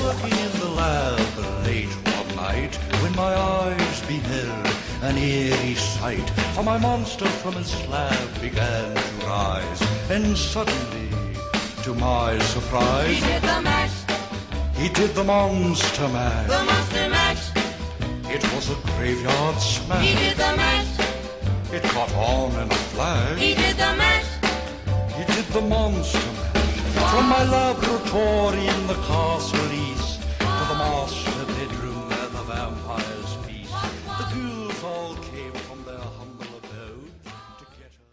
working in the lab late one night when my eyes beheld an eerie sight. For my monster from his slab began to rise, and suddenly, to my surprise, he did the mash. He did the monster mash. The monster mash. It was a graveyard smash. He did the mash. It caught on in a flash. He did the mash. He did the monster mash. From my laboratory in the castle east to the master bedroom where the vampires feast. The ghouls all came from their humble abode to get her.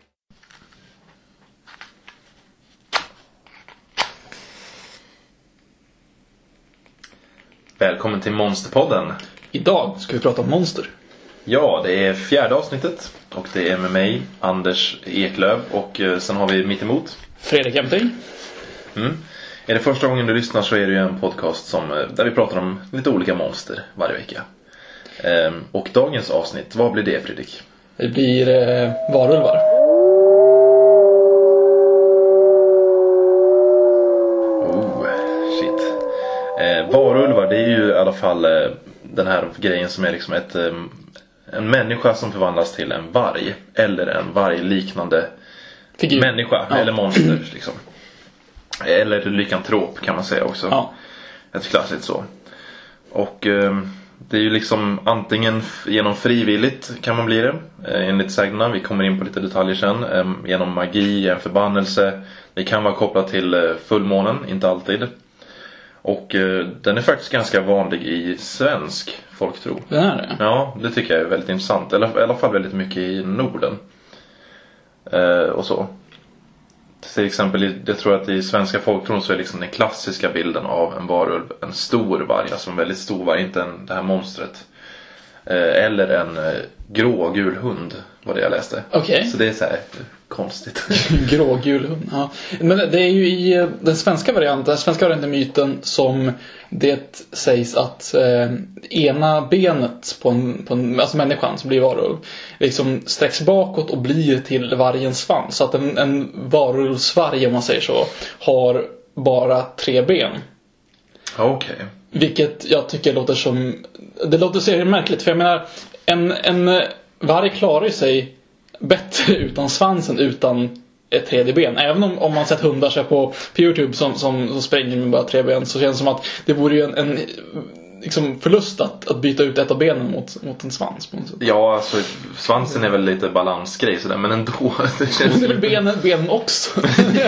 Välkommen till Monsterpodden. Idag ska vi prata om monster. Ja, det är 4:e avsnittet och det är med mig, Anders Eklöf, och sen har vi mitt emot Fredrik Jämting. Är det första gången du lyssnar så är det ju en podcast där vi pratar om lite olika monster varje vecka. Och dagens avsnitt, vad blir det, Fredrik? Det blir varulvar. Oh, shit. Varulvar, det är ju i alla fall den här grejen som är liksom en människa som förvandlas till en varg. Eller en vargliknande Figur. människa, Ja. eller monster liksom. Eller lykantrop kan man säga också. Ja. Ett klassiskt så. Och det är ju liksom antingen genom frivilligt kan man bli det, enligt sägnerna. Vi kommer in på lite detaljer sen. Genom magi, en förbannelse. Det kan vara kopplat till fullmånen, inte alltid. Och den är faktiskt ganska vanlig i svensk folktro. Den är det? Ja, det tycker jag är väldigt intressant. Eller i alla fall väldigt mycket i Norden. Och så. Till exempel, jag tror att i svenska folktron så är liksom den klassiska bilden av en varulv en stor varg, alltså en väldigt stor varg, inte det här monstret. Eller en grågul hund, var det jag läste. Okej. Så det är så här konstigt. Grågul hund. Ja. Men det är ju i den svenska varianten myten som det sägs att ena benet på en alltså människan som blir varulv liksom sträcks bakåt och blir till vargens svans. Så att en varulvsvarg, om man säger så, har bara 3 ben. Okej. Vilket jag tycker låter som... Det låter så märkligt, för jag menar en varg klarar sig bättre utan svansen, utan ett 3D ben. Även om man sett hundar sig på YouTube som springer med bara 3 ben, så känns det som att det vore ju en liksom förlust att byta ut ett av benen mot en svans på något sätt. Ja, alltså svansen är väl lite balansgrej sådär, men ändå det känns... Det är väl benen också?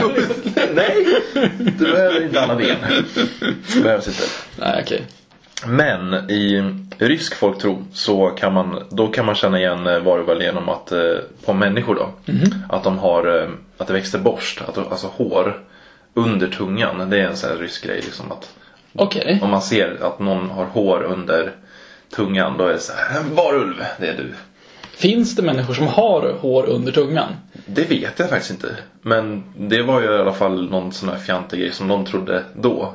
Nej, du behöver inte alla ben. Det behövs inte. Nej, okej. Men i rysk folktro så kan man känna igen varulvar genom att på människor då, att de har att det växer borst, alltså hår under tungan. Det är en sån här rysk grej liksom, att Okej. om man ser att någon har hår under tungan, då är det så här: varulv, det är du. Finns det människor som har hår under tungan? Det vet jag faktiskt inte. Men det var ju i alla fall någon sån här fjantig grej som någon trodde då.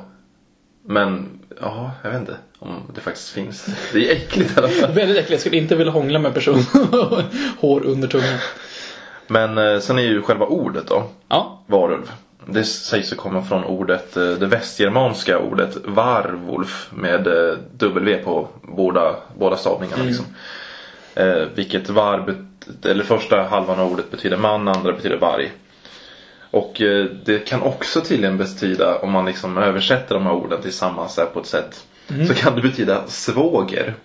Men ja, jag vet inte om det faktiskt finns. Det är äckligt i alla fall. Väldigt äckligt, jag skulle inte vilja hångla med person hår under tungan. Men sen är ju själva ordet då, Ja. varulv. Det sägs att komma från ordet, det västgermanska ordet varvulf med W på båda stavningarna liksom. Vilket eller första halvan av ordet betyder man, andra betyder varg. Och det kan också tydligen betyda, om man liksom översätter de här orden tillsammans på ett sätt, så kan det betyda svåger.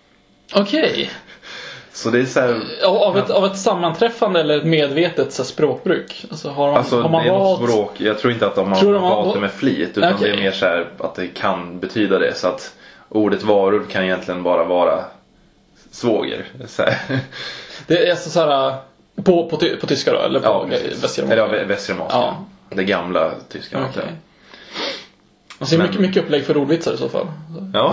Okej. Så det är så här, Av ett sammanträffande eller ett medvetet så här, språkbruk. Alltså har man det är valt... något språk. Jag tror inte att de har valt det med flit, utan Okej. det är mer så här att det kan betyda det. Så att ordet varulv kan egentligen bara vara svåger. Så här. Det är alltså så här på tyska då, eller på västgermanska? Eller västgermanska. Ja. Det gamla tyska. Okej. Alltså mycket upplägg för ordvitsar i så fall. Ja.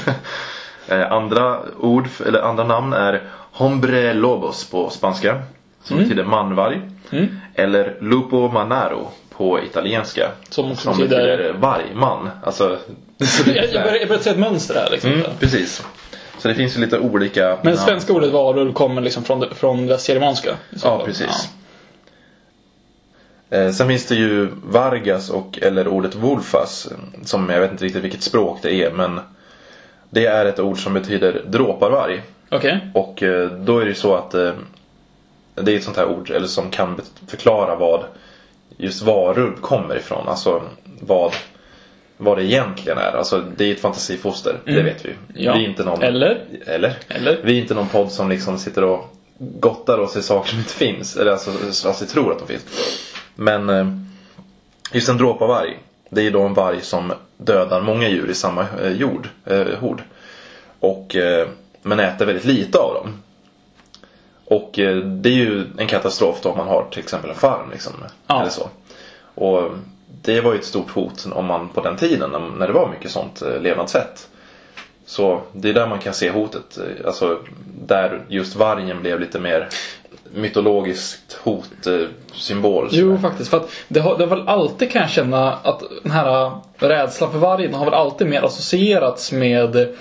Andra namn är hombre lobos på spanska, som betyder manvarg. Eller lupo manaro på italienska, Som betyder vargman. Alltså, jag börjar se ett mönster här liksom. precis. Så det finns ju lite olika. Men svenska ordet varulv kommer liksom från västgermanska. Ja, precis. Sen finns det ju Vargas eller ordet Wolfas, som jag vet inte riktigt vilket språk det är, men det är ett ord som betyder dråparvarg. Okej. Och då är det ju så att det är ett sånt här ord eller som kan förklara vad just varulv kommer ifrån. Alltså vad det egentligen är. Alltså det är ett fantasifoster, det vet vi. Ja. Vi är inte någon, Eller? Vi är inte någon podd som liksom sitter och gottar oss i saker som inte finns. Eller alltså vi tror att de finns. Men just en dråparvarg, det är ju då en varg som dödar många djur i samma hord. Och men äter väldigt lite av dem. Och det är ju en katastrof då om man har till exempel en farm liksom, ja. eller så. Och det var ju ett stort hot om man på den tiden när det var mycket sånt levnadssätt. Så det är där man kan se hotet. Alltså där just vargen blev lite mer mytologiskt hotsymbol. Jo, faktiskt. För att det har väl alltid, kan jag känna, att den här rädslan för vargen har väl alltid mer associerats med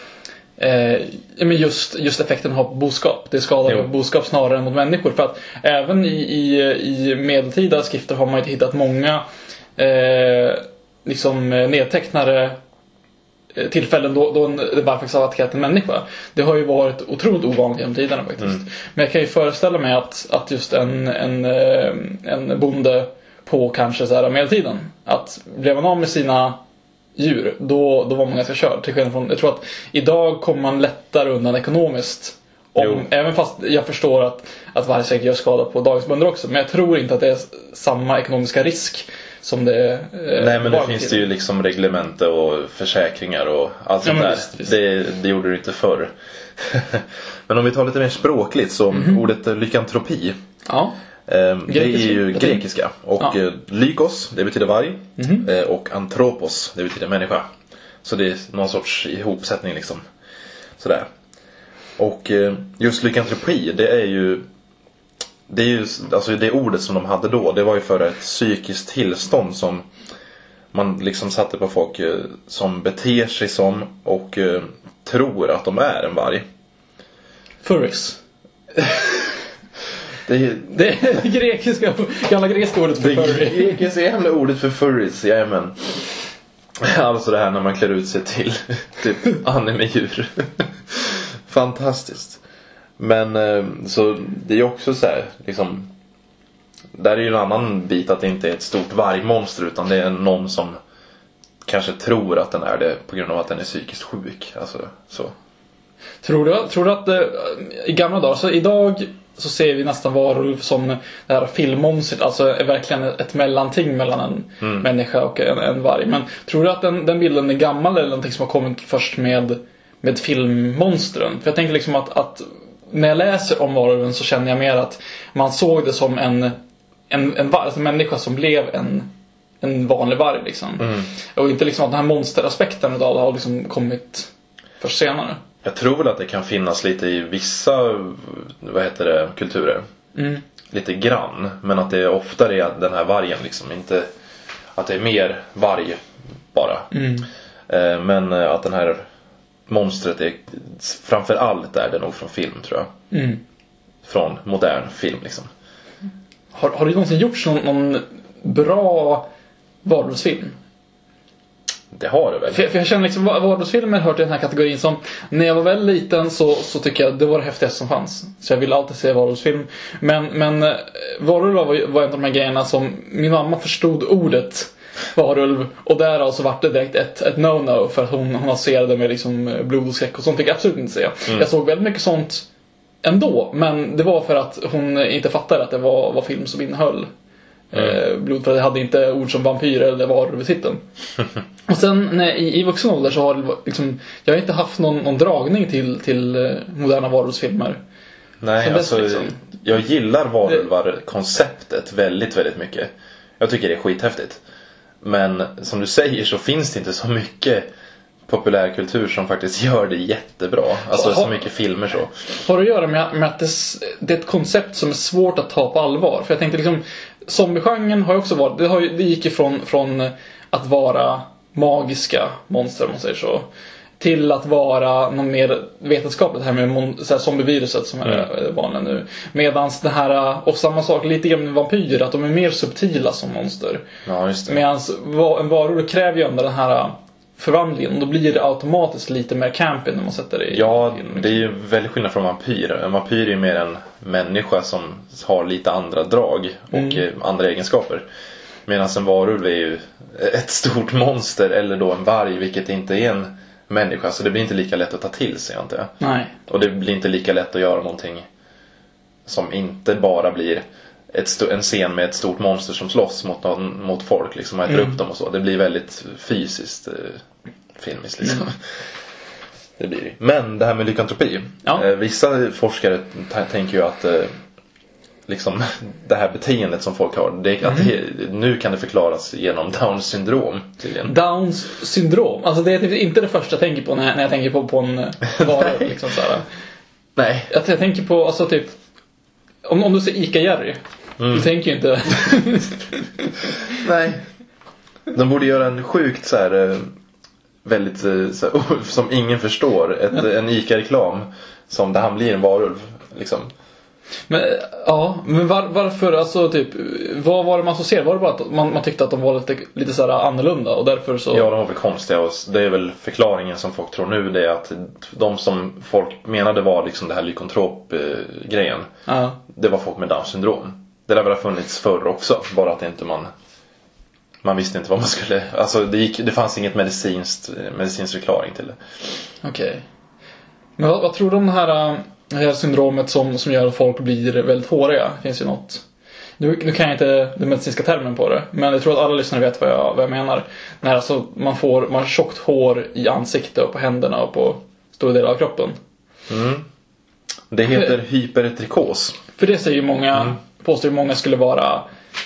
just effekten har på boskap. Det skadar boskap snarare än mot människor. För att även i medeltida skrifter har man inte hittat många liksom nedtecknade tillfällen då det bara faktiskt har attackerat en människa. Det har ju varit otroligt ovanligt genom tiderna faktiskt. Men jag kan ju föreställa mig att just en bonde på kanske så här medeltiden, att blev man av med sina djur, då var man ganska körd. Till skillnad från, jag tror att idag kommer man lättare undan ekonomiskt. Även fast jag förstår att varje säkert gör skada på dagens bönder också. Men jag tror inte att det är samma ekonomiska risk som det nej, men det finns det ju liksom reglemente och försäkringar och allt sånt där. Visst. Det gjorde det inte förr. Men om vi tar lite mer språkligt, så ordet lykantropi. Ja. Det är ju grekiska. Och lykos, det betyder varg. Och antropos, det betyder människa. Så det är någon sorts ihopsättning liksom. Sådär. Och just lykantropi, det är ju alltså det ordet som de hade då, det var ju för ett psykiskt tillstånd som man liksom satte på folk som beter sig som och tror att de är en varg. Furries. Det är grekiska, gamla grekiska ordet för furry. Det grekiska jävla ordet för furries, jajamän. Alltså det här när man klär ut sig till typ anime-djur. Fantastiskt. Men så det är ju också så här, liksom, där är ju en annan bit att det inte är ett stort vargmonster, utan det är någon som kanske tror att den är det på grund av att den är psykiskt sjuk. Alltså, så. Tror du att i gamla dagar, så idag så ser vi nästan varulv som det här filmmonstret, alltså är verkligen ett mellanting mellan en människa och en varg. Men tror du att den bilden är gammal eller någonting som har kommit först med filmmonstren? För jag tänker liksom att när jag läser om varulven så känner jag mer att man såg det som en varg, alltså en människa som blev en vanlig varg liksom. Och inte liksom att den här monsteraspekten av det har liksom kommit först senare. Jag tror väl att det kan finnas lite i vissa kulturer. Lite grann, men att det oftare är den här vargen liksom, inte att det är mer varg bara. Men att den här monstret är framför allt är det nog från film, tror jag. Från modern film liksom. Har du någonsin gjort någon bra varulvsfilm? Det har det väl. För jag känner liksom varulvsfilmer hör till den här kategorin som, när jag var väldigt liten så tycker jag det var det häftigaste som fanns. Så jag ville alltid se varulvsfilm. Men varulv var en av de här grejerna som min mamma förstod ordet varulv, och där alltså vart det direkt ett no-no, för att hon associerade med liksom blod och skräck och sånt fick jag absolut inte se. Jag såg väldigt mycket sånt ändå, men det var för att hon inte fattade att det var film som innehöll blod, för det hade inte ord som vampyr eller varulv i titeln. Och sen i vuxen ålder så har det liksom, jag har inte haft någon dragning till moderna varulvsfilmer. Nej, alltså liksom. Jag gillar varulvar-konceptet väldigt, väldigt mycket. Jag tycker det är skithäftigt. Men som du säger så finns det inte så mycket populärkultur som faktiskt gör det jättebra. Alltså så mycket filmer så. Har det att göra med att det är ett koncept som är svårt att ta på allvar? För jag tänkte liksom, zombie-genren har ju också varit, det gick ifrån att vara magiska monster, om man säger så, till att vara någon mer vetenskapligt här med så här zombieviruset som är vanligt nu. Medans det här, och samma sak lite grann med vampyrer, att de är mer subtila som monster. Ja, just det. Medans en varulv kräver ju ändå den här förvandlingen, och då blir det automatiskt lite mer camping när man sätter det i. Ja, det är ju väldigt skillnad från vampyr. En vampyr är ju mer en människa som har lite andra drag och andra egenskaper. Medan en varulv är ju ett stort monster, eller då en varg, vilket inte är en människa. Så det blir inte lika lätt att ta till sig, inte. Nej. Och det blir inte lika lätt att göra någonting som inte bara blir en scen med ett stort monster som slåss mot folk liksom, och äter upp dem och så. Det blir väldigt fysiskt filmiskt liksom. Det blir det. Men det här med lykantropi. Ja. Vissa forskare tänker ju att liksom det här beteendet som folk har, nu kan det förklaras genom Downs syndrom tydligen. Downs syndrom, alltså det är typ inte det första jag tänker på när jag tänker på en varulv liksom så här. Nej. Jag tänker på, alltså typ om du ser Ica Jerry, du tänker ju inte. Nej. De borde göra en sjukt så här väldigt så här, som ingen förstår, en Ica-reklam som där han blir en varulv liksom. Men men varför, alltså typ, vad var det man så ser? Var det bara att man tyckte att de var lite så här annorlunda och därför så? Ja, de var väl konstiga, och det är väl förklaringen som folk tror nu, det är att de som folk menade var liksom det här lykontrop-grejen. Det var folk med Downs syndrom. Det där väl har funnits förr också, bara att inte man visste inte vad man skulle, alltså det fanns inget medicinsk förklaring till det. Okej. Men vad tror du om det här syndromet som gör att folk blir väldigt håriga? Finns ju något. Nu kan jag inte den medicinska termen på det, men jag tror att alla lyssnare vet vad jag menar. När alltså man har tjockt hår i ansiktet och på händerna och på stora delar av kroppen. Det heter hypertrikos. För det säger ju många, påstår ju många skulle vara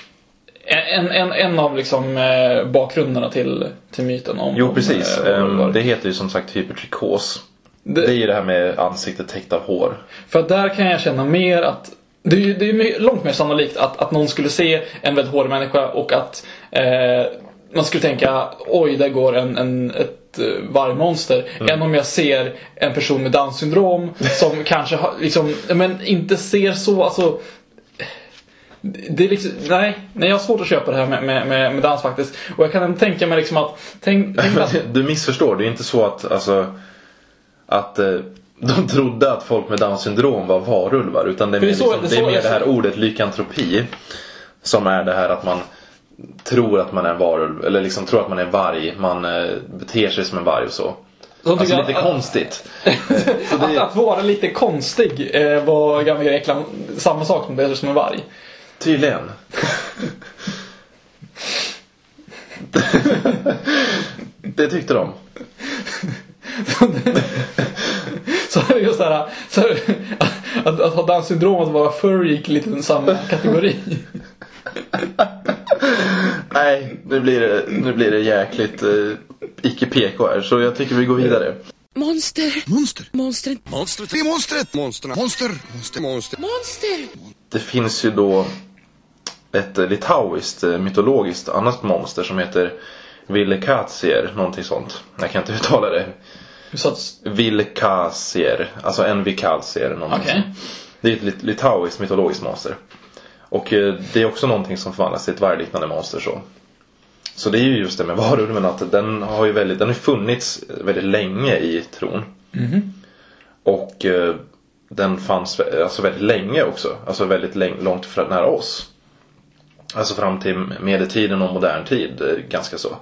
en av liksom bakgrunderna till myten om. Jo, precis. Det heter ju som sagt hypertrikos. Det är ju det här med ansiktet täckt av hår. För där kan jag känna mer att det är långt mer sannolikt att någon skulle se en väldigt hårig människa och att man skulle tänka, oj, där går ett vargmonster, än om jag ser en person med Downs syndrom som kanske liksom, men inte ser så, alltså det är liksom, nej, jag har svårt att köpa det här med dans faktiskt. Och jag kan tänka mig liksom att du missförstår, det är inte så att alltså att de trodde att folk med Downs syndrom var varulvar, utan det är mer det här ordet lykantropi, som är det här att man tror att man är en varulv, eller liksom tror att man är en varg, man beter sig som en varg och så. Alltså lite konstigt. Att vara lite konstig var gamla Grekland samma sak som det som en varg. Tydligen. Det tyckte de. Så är det just så här, att ha Downs syndrom att vara furry gick lite i samma kategori. Nej, nu blir det jäkligt icke-PK här, så jag tycker vi går vidare. Monster. Det finns ju då ett litauiskt mytologiskt annat monster som heter Vilkatsier, någonting sånt. Jag kan inte uttala det. Vilkatsier, alltså en Vilkatsier någonting. Okay. Det är ett litauiskt mytologiskt monster. Och det är också någonting som förvandlas till ett vargliknande monster så. Så det är ju just det med varulven, att den har funnits väldigt länge i tron. Och den fanns alltså väldigt länge också, alltså väldigt långt nära oss. Alltså fram till medeltiden och modern tid, ganska så.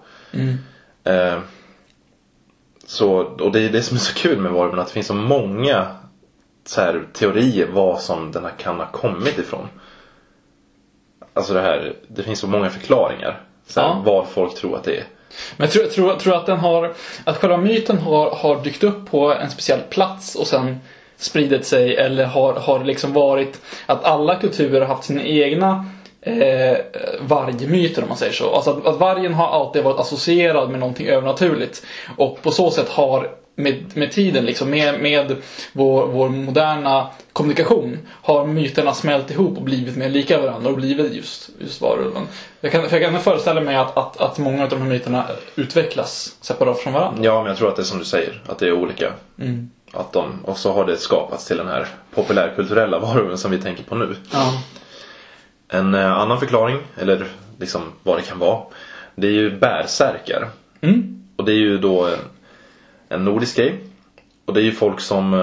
Och det är det som är så kul med varulven, att det finns så många så här teorier vad som den här kan ha kommit ifrån. Alltså det finns så många förklaringar vad folk tror att det är. Men jag tror att själva myten har dykt upp på en speciell plats och sen spridit sig, eller har liksom varit att alla kulturer har haft sina egna vargmyter, om man säger så. Alltså att vargen har alltid varit associerad med någonting övernaturligt, och på så sätt har med tiden liksom, med vår moderna kommunikation har myterna smält ihop och blivit mer lika varandra och blivit just varulven. Jag kan föreställa mig att många av de här myterna utvecklas separat från varandra. Ja, men jag tror att det är som du säger, att det är olika. Att och så har det skapats till den här populärkulturella varulven som vi tänker på nu. Ja. En annan förklaring, eller liksom vad det kan vara, det är ju bärsärkar. Och det är ju då en nordisk grej. Och det är ju folk som,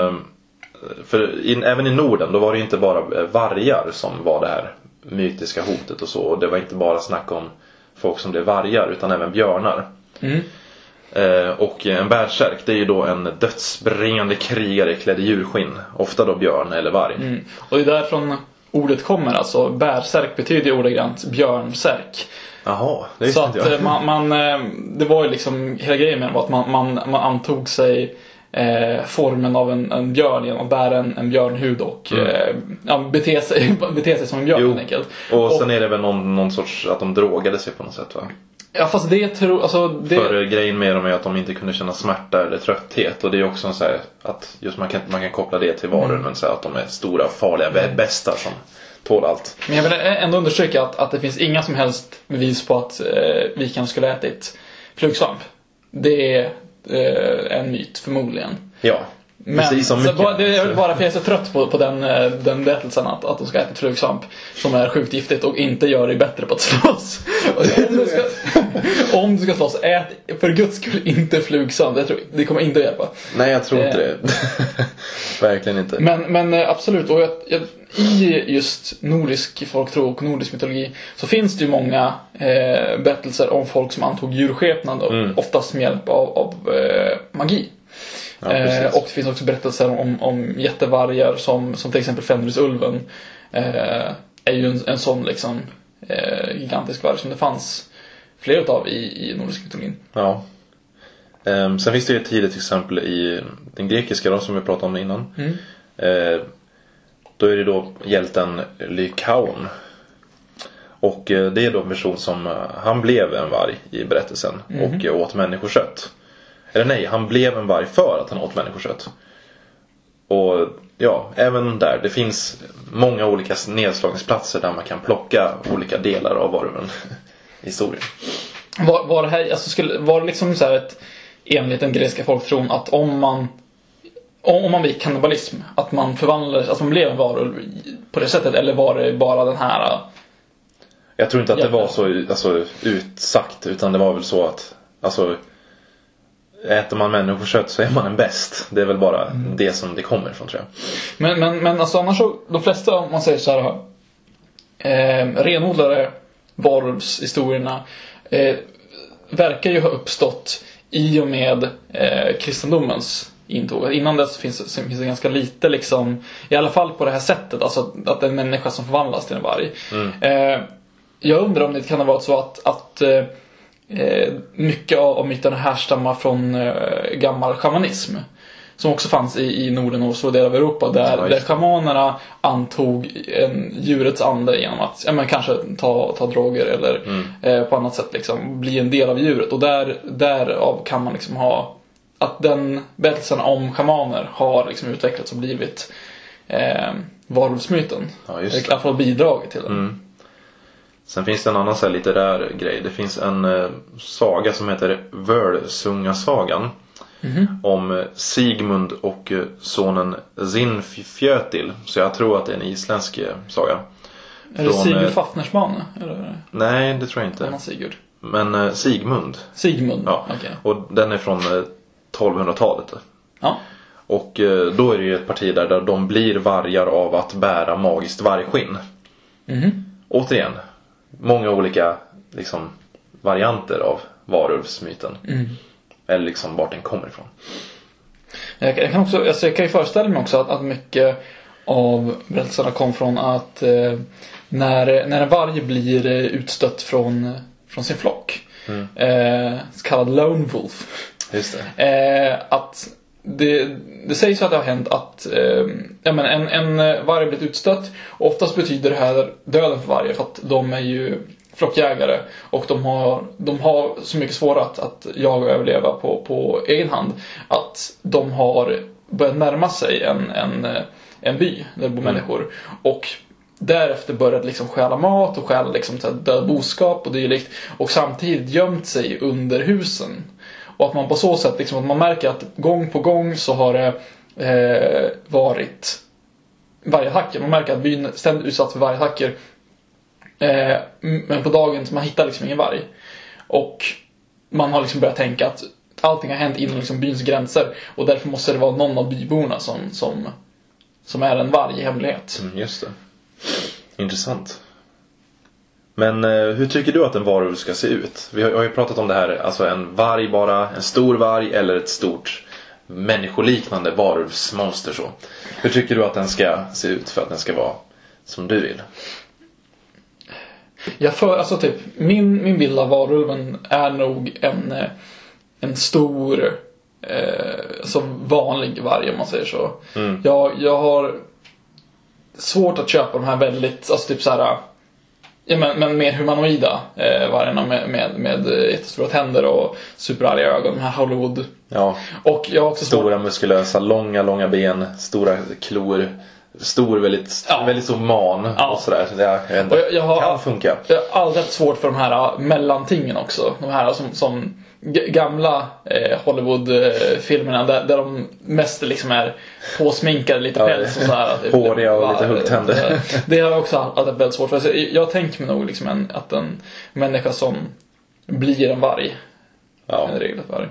även i Norden, då var det ju inte bara vargar som var det här mytiska hotet och så. Och det var inte bara snack om folk som blev vargar, utan även björnar. Och en bärsärk, det är ju då en dödsbringande krigare klädd i djurskinn. Ofta då björn eller varg. Och det är därifrån ordet kommer, alltså bärsärk betyder ju ordagrant björnsärk. Jaha, det visste så inte att jag. det var ju liksom, hela grejen med att man antog sig formen av en björn genom att bära en björnhud och bete sig som en björn helt enkelt. Och sen är det väl någon sorts att de drogade sig på något sätt, va? Ja, fast det tror alltså för grejen med dem är att de inte kunde känna smärta eller trötthet, och det är också en så här, att just man kan koppla det till varulven, så att de är stora farliga bästar som tål allt. Men jag vill ändå undersöka att det finns inga som helst bevis på att vikingarna skulle ätit flugsvamp. Det är en myt förmodligen. Ja. Men så det är väl bara för jag är så trött på den berättelsen att de ska äta flugsvamp som är sjukt giftigt och inte gör det bättre på att slåss. Om du ska slåss, ät för guds skull inte flugsvamp. Det kommer inte att hjälpa. Nej, jag tror inte det. Verkligen inte. Men absolut, och i just nordisk folktro och nordisk mytologi så finns det ju många berättelser om folk som antog djurskepnad och oftast med hjälp av magi. Ja, och det finns också berättelser om jättevargar som till exempel Fenrisulven är ju en sån liksom gigantisk varg som det fanns flera utav i nordisk mytologin. Ja. Sen finns det ju ett tidigt exempel i den grekiska då, som vi pratade om innan. Då är det då hjälten Lykaon. Och det är då en person som han blev en varg i berättelsen och åt människokött. Eller nej, han blev en varg för att han åt människokött. Och ja, även där. Det finns många olika nedslagningsplatser där man kan plocka olika delar av varulven i historien. Var det här, alltså var det liksom så här enligt den grekiska folktron att om man gick kannibalism, att man förvandlades, att man blev en varulv på det sättet, eller var det bara den här? Jag tror inte att det var så utsagt, utan det var väl så att äter man människokött så är man en bäst. Det är väl bara det som det kommer ifrån, tror jag. Men alltså annars så, de flesta, om man säger så här, renodlade varulvshistorierna verkar ju ha uppstått i och med kristendomens intåg. Innan dess finns det ganska lite liksom, i alla fall på det här sättet, alltså att en människa som förvandlas till en varg. Jag undrar om det kan ha varit så att mycket av myterna härstammar från gammal shamanism som också fanns i Norden och så delar av Europa, där shamanerna antog djurets ande genom att kanske ta droger eller på annat sätt liksom bli en del av djuret, och därav kan man liksom ha att den berättelsen om shamaner har liksom utvecklats och blivit varulvsmyten. Ja, just det. I alla fall bidragit till den. Sen finns det en annan så här litterär grej. Det finns en saga som heter Völsungasagan om Sigmund och sonen Sinfjötil. Så jag tror att det är en isländsk saga. Är det Sigurd Fafnersbane? Eller? Nej, det tror jag inte. Annan Sigurd. Men Sigmund. Ja. Okay. Och den är från 1200-talet. Ja. Och då är det ju ett parti där de blir vargar av att bära magiskt vargskinn. Återigen, många olika liksom varianter av varulvsmyten. Eller liksom vart den kommer ifrån. Jag kan ju föreställa mig också att mycket av berättelserna kom från att när en varg blir utstött från sin flock, så kallad lone wolf. Just det. Att det sägs att det har hänt att en varg blivit utstött. Oftast betyder det här döden för varje, för att de är ju flockjägare. Och de har så mycket svårare att jaga och överleva på egen hand. Att de har börjat närma sig en by där det bor människor. Och därefter börjat liksom stjäla mat och stjäla liksom död boskap och dylikt. Och samtidigt gömt sig under husen. Och att man på så sätt liksom, att man märker att gång på gång så har det varit vargattacker. Man märker att byn ständigt utsatt för vargattacker. Men på dagen så man hittar liksom ingen varg. Och man har liksom börjat tänka att allting har hänt inom liksom byns gränser. Och därför måste det vara någon av byborna som är en varg i hemlighet. Just det. Intressant. Men hur tycker du att en varulv ska se ut? Vi har ju pratat om det här, alltså en varg bara, en stor varg eller ett stort människoliknande varulvsmonster så. Hur tycker du att den ska se ut för att den ska vara som du vill? Alltså typ, min bild av varulven är nog en stor alltså vanlig varg om man säger så. Jag har svårt att köpa de här väldigt, alltså typ så här, men mer humanoida vargarna med jättestora tänder och superarga ögon, de här Hollywood. Ja. Och jag har också stora muskulösa, långa ben, stora klor, väldigt stor man och sådär. Det kan funka. Jag har aldrig haft svårt för de här mellantingen också. De här som gamla Hollywood-filmerna där de mest liksom är påsminkade, lite päls och sådär. Håriga och lite huggtänder. Det har jag också haft väldigt svårt för. Jag tänker mig nog liksom att en människa som blir en varg. En regelrätt varg.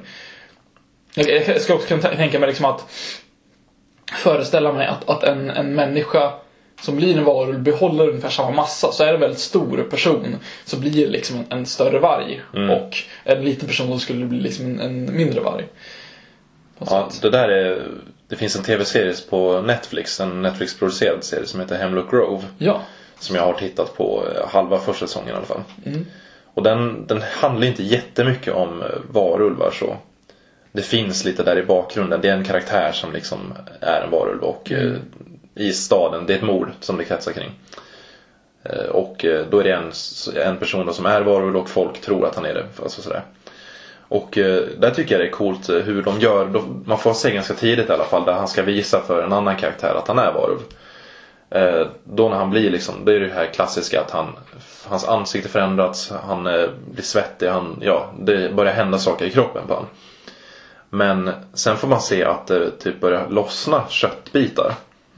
Jag ska också tänka mig liksom att föreställa mig att en människa som blir en varulv behåller ungefär samma massa. Så är det en väldigt stor person så blir det liksom en större varg. Och en liten person som skulle bli liksom en mindre varg. Ja, det finns en tv-serie på Netflix, en Netflix-producerad serie som heter Hemlock Grove. Ja. Som jag har tittat på halva första säsongen i alla fall. Och den handlar inte jättemycket om varulvar så. Det finns lite där i bakgrunden. Det är en karaktär som liksom är en varulv och i staden, det är ett mord som det kretsar kring. Och då är det en person då som är varulv och folk tror att han är det. Alltså sådär. Och där tycker jag det är coolt hur de gör. Man får se ganska tidigt i alla fall där han ska visa för en annan karaktär att han är varulv. Då när han blir liksom, det är det här klassiska att hans ansikte förändrats, han blir svettig, det börjar hända saker i kroppen på honom. Men sen får man se att det typ börjar lossna köttbitar.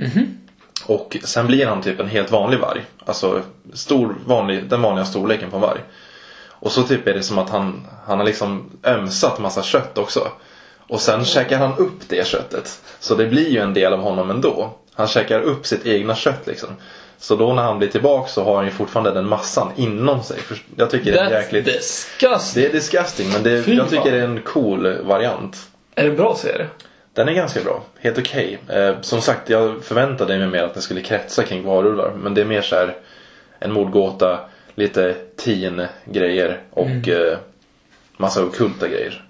Och sen blir han typ en helt vanlig varg. Alltså den vanliga storleken på en varg. Och så typ är det som att han har liksom ömsat massa kött också. Och sen käkar han upp det köttet. Så det blir ju en del av honom ändå. Han käkar upp sitt egna kött liksom. Så då när han blir tillbaka så har han ju fortfarande den massan inom sig. Jag tycker det är jäkligt disgusting. Det är disgusting, men jag tycker det är en cool variant. Är det en bra serie? Den är ganska bra, helt okej. Som sagt, jag förväntade mig mer att det skulle kretsa kring varulvar. Men det är mer så här en mordgåta, lite teen-grejer och massa ockulta grejer.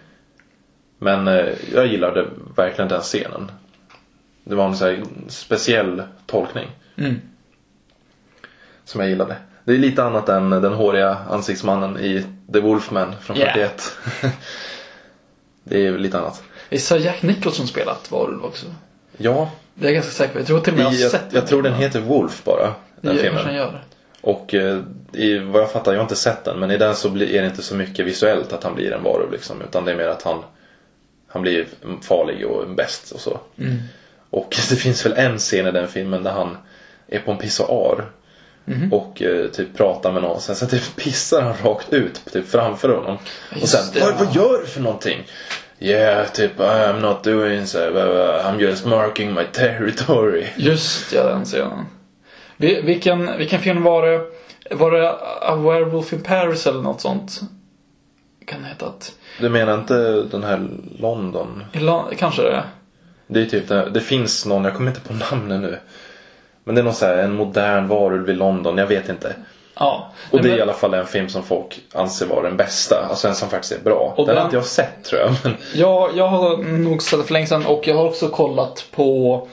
Men jag gillade verkligen den scenen. Det var en så här speciell tolkning som jag gillade. Det är lite annat än den håriga ansiktsmannen i The Wolfman från 41. Det är lite annat. Är Jack Nicholson spelat varulv också? Ja. Det är jag ganska säker på. Jag tror till och med jag har sett jag tror den heter Wolf bara. Den filmen. Gör. Och i vad jag fattar, jag har inte sett den. Men i den så är det inte så mycket visuellt att han blir en varulv liksom. Utan det är mer att han blir farlig och bäst och så. Och det finns väl en scen i den filmen där han är på en pissoar. Och typ pratar med någon. Sen typ pissar han rakt ut typ framför honom. Och sen, vad gör du för någonting? Yeah, typ I'm not doing so. I'm just marking my territory. Just den scenen. Vilken film var det? Var det A Werewolf in Paris eller något sånt? Kan det heta att... Du menar inte den här London? Kanske det. Det är typ det finns någon, jag kommer inte på namnet nu. Men det är någon så här, en modern varulv i London, jag vet inte. Ja. Och det är i alla fall en film som folk anser vara den bästa. Alltså en som faktiskt är bra. Och den har inte jag sett, tror jag. Men... Ja, jag har nog sett det för länge sedan. Och jag har också kollat på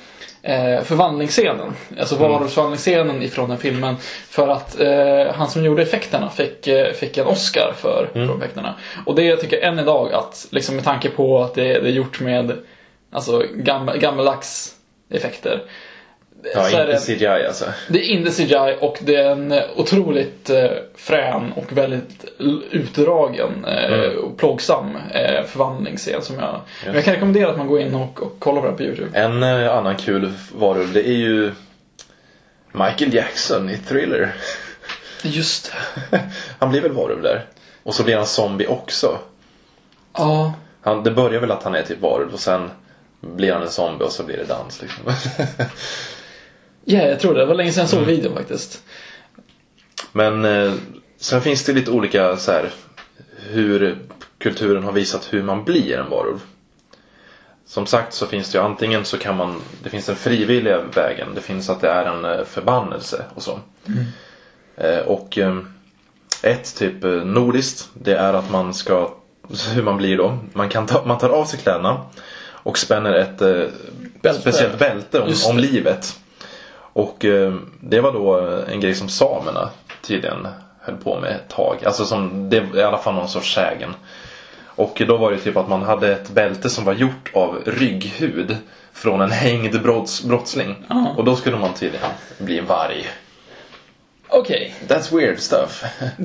förvandlingsscenen. Alltså varulvsförvandlingsscenen ifrån den filmen. För att han som gjorde effekterna fick en Oscar för effekterna. Och det tycker jag än idag att liksom med tanke på att det är gjort med alltså gammaldags effekter. Ja, så inte CGI alltså. Det är inte CGI och det är en otroligt frän och väldigt utdragen och plågsam förvandlingsscen som jag kan rekommendera att man går in och kollar på det på YouTube. En annan kul varulv, det är ju Michael Jackson i Thriller. Just det. Han blir väl varulv där. Och så blir han zombie också. Ja. Det börjar väl att han är typ varulv och sen blir han en zombie och så blir det dans liksom. Ja, jag tror det. Det var länge sedan jag såg videon faktiskt. Men sen finns det lite olika så här, hur kulturen har visat hur man blir en varulv. Som sagt så finns det ju antingen så kan man, det finns den frivilliga vägen, det finns att det är en förbannelse och så. Och ett typ nordiskt, det är att man ska, hur man blir då, man tar av sig kläderna och spänner ett speciellt bälte om livet. Och det var då en grej som samerna tydligen höll på med ett tag. Alltså som, det är i alla fall någon sorts sägen. Och då var det typ att man hade ett bälte som var gjort av rygghud från en hängd brottsling. Och då skulle man tydligen bli en varg. Okej. That's weird stuff.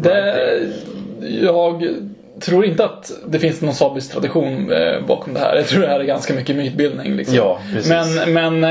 Jag tror inte att det finns någon sabisk tradition bakom det här. Jag tror det här är ganska mycket mytbildning liksom. Ja, precis.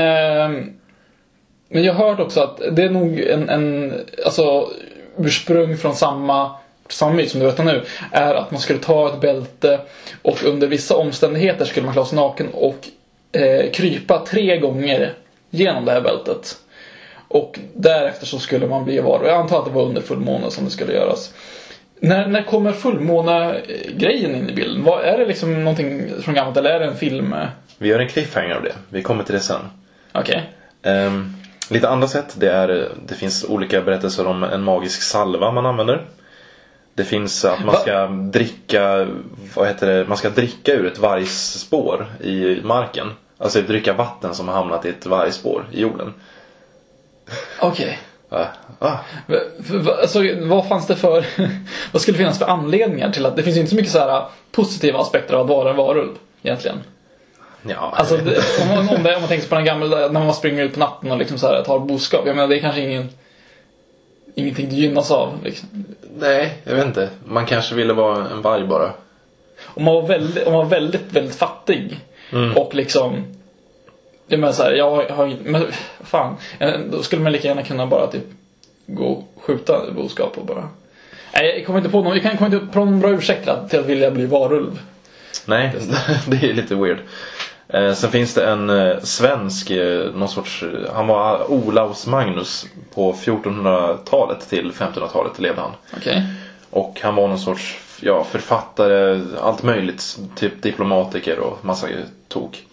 Men jag har hört också att det är nog en alltså ursprung från samma myt som du vet nu, är att man skulle ta ett bälte och under vissa omständigheter skulle man klä sig naken och krypa 3 gånger genom det här bältet. Och därefter så skulle man bli varulv. Jag antar att det var under fullmåne som det skulle göras. När kommer fullmåne-grejen in i bilden? Är det liksom någonting från gammalt eller är det en film? Vi gör en cliffhanger av det. Vi kommer till det sen. Okej. Lite andra sätt, det finns olika berättelser om en magisk salva man använder. Det finns att man ska dricka, man ska dricka ur ett vargspår i marken. Alltså dricka vatten som har hamnat i ett vargspår i jorden. Okej. Alltså, vad fanns det för vad skulle finnas för anledningar till att det finns ju inte så mycket så här positiva aspekter av att vara en varulv egentligen. Ja. Alltså om man tänker på den gamla när man springer ut på natten och liksom så här tar boskap. Jag menar det är kanske ingenting du gynnas av liksom. Nej, jag vet inte. Man kanske ville vara en varg bara. Om man var väldigt fattig och liksom jag menar så här, jag har men fan, då skulle man lika gärna kunna bara typ gå och skjuta boskap och bara. Nej, jag kommer inte på någon. Jag kan komma inte på någon bra ursäkt till att vilja bli varulv. Nej, det är lite weird. Sen finns det en svensk, någon sorts, han var Olaus Magnus på 1400-talet till 1500-talet levde han. Okej. Och han var någon sorts författare, allt möjligt, typ diplomatiker och massa tok.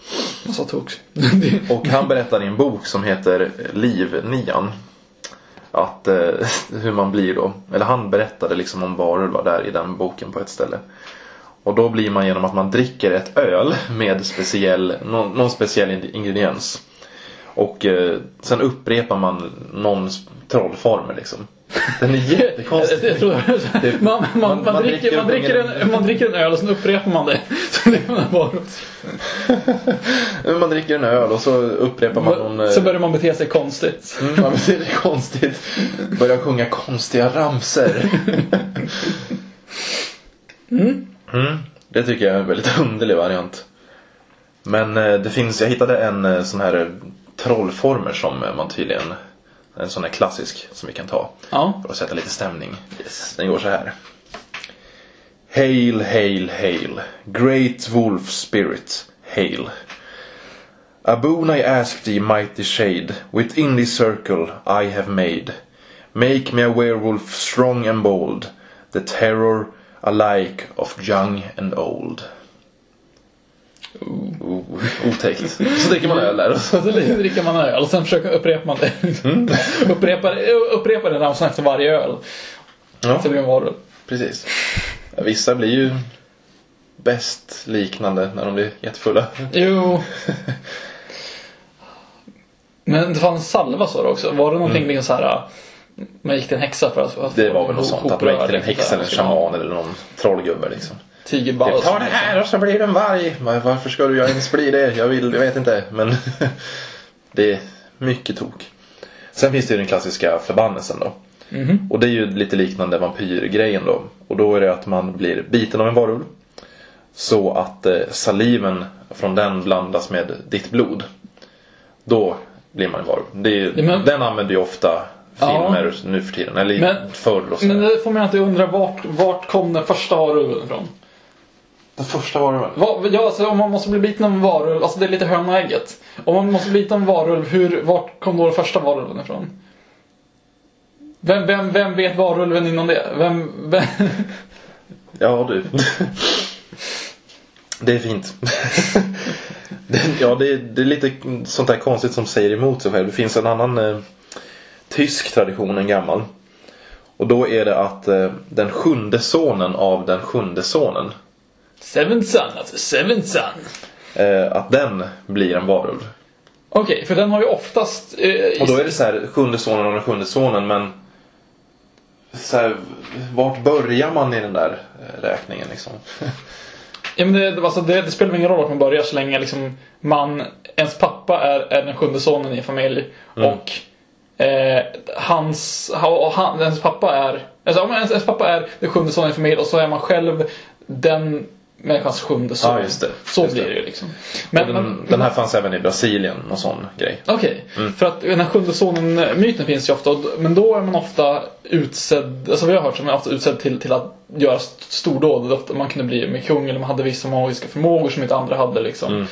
Och han berättar i en bok som heter Livnian att hur man blir då, eller han berättade liksom om varulvar där i den boken på ett ställe. Och då blir man genom att man dricker ett öl med någon speciell ingrediens. Och sen upprepar man någon trollformel liksom. Den är jättekonstig. Man dricker en öl och sen upprepar man det. Så det är bara man dricker en öl och så upprepar man så börjar man bete sig konstigt. Man beter sig konstigt. Börjar sjunga konstiga ramser. Det tycker jag är en väldigt underlig variant. Men det finns, jag hittade en sån här trollformer som man tydligen, en sån här klassisk som vi kan ta för att sätta lite stämning. Yes. Den går så här. Hail, hail, hail, great wolf spirit, hail. A boon I ask thee, mighty shade, within this circle I have made. Make me a werewolf strong and bold, the terror alike of young and old. Otäckt. Så dricker man öl där. Så dricker man öl och sen försöker upprepa man det. Upprepa den ramsan efter varje öl. Så blir man varulv. Precis. Vissa blir ju bäst liknande när de blir jättefulla. Jo. Men det fanns salva så också. Var det någonting liksom så här man gick till en häxa för att det var väl något sånt, att man gick till en häxa eller en shaman eller någon trollgubbe liksom. Tigerball. Ta det här och så blir det en varg. Varför ska du ens bli det? Jag vet inte. Men det är mycket tok. Sen finns det ju den klassiska förbannelsen då. Och det är ju lite liknande vampyrgrejen då. Och då är det att man blir biten av en varulv. Så att saliven från den blandas med ditt blod. Då blir man en varulv. Den använder ju ofta filmer nu för tiden. Eller förr och så. Men det får man inte undra vart kom den första varulven ifrån? Den första varulven? Ja, alltså om man måste bli biten av en varulv. Alltså det är lite höna och ägget. Om man måste bli biten av en varulv, vart kom då den första varulven ifrån? Vem vet varulven innan det? Vem? Ja, du. Det är fint. Det är lite sånt där konstigt som säger emot sig själv. Det finns en annan tysk tradition, en gammal. Och då är det att den 7:e sonen av den 7:e sonen, Seventh son. Att den blir en varulv. Okej, för den har ju oftast och då är det så här 7:e sonen av den 7:e sonen. Men så här, vart börjar man i den där räkningen liksom? Ja, men det spelar ingen roll vart man börjar så länge liksom ens pappa är den 7:e sonen i en familj. Och ens pappa är ens pappa är den 7:e sonen i en familj. Och så är man själv den människans 7:e son. Ja, just det. Så blir det ju liksom. Men den här fanns även i Brasilien och sån grej. Okej. För att den här 7:e sonen-myten finns ju ofta. Men då är man ofta utsedd. Alltså vi har hört som är ofta utsedd till att göra stordåd. Man kunde bli med kung eller man hade vissa magiska förmågor som inte andra hade liksom.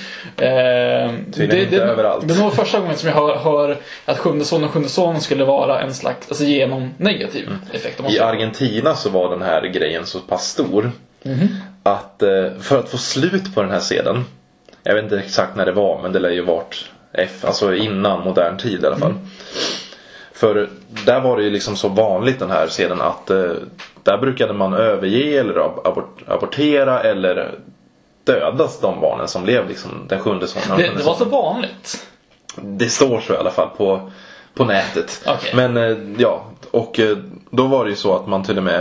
Tydligen inte överallt. Det är nog första gången som jag hör att 7:e sonen skulle vara en slags, alltså genom negativ effekt. I Argentina så var den här grejen så pass stor att för att få slut på den här seden, jag vet inte exakt när det var, men det lär ju varit alltså innan modern tid i alla fall. För där var det ju liksom så vanligt den här seden att där brukade man överge eller abortera eller dödas de barnen som blev liksom den 7:e sonen. Det var så vanligt. Det står så i alla fall på nätet. Okay. Men ja, och då var det ju så att man till och med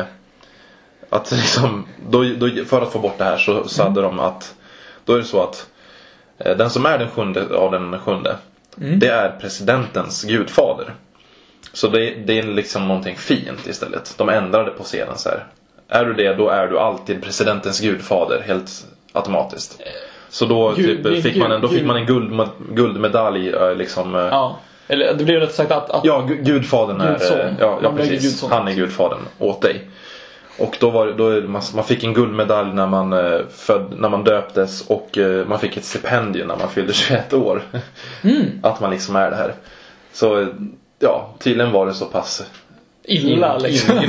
att liksom, då, för att få bort det här så hade de att då är det så att den som är den 7:e av den 7:e det är presidentens gudfader. Så det är liksom någonting fint istället. De ändrade på scenen så här. Är du det, då är du alltid presidentens gudfader helt automatiskt. Så då fick man en guldmedalj liksom. Ja. Eller det blir rätt sagt att ja, gudfadern är ja precis. Han är gudfadern åt dig. Och då man fick en guldmedalj när man döptes och man fick ett stipendium när man fyllde 21 år. Att man liksom är det här. Så ja, tydligen var det så pass illa liksom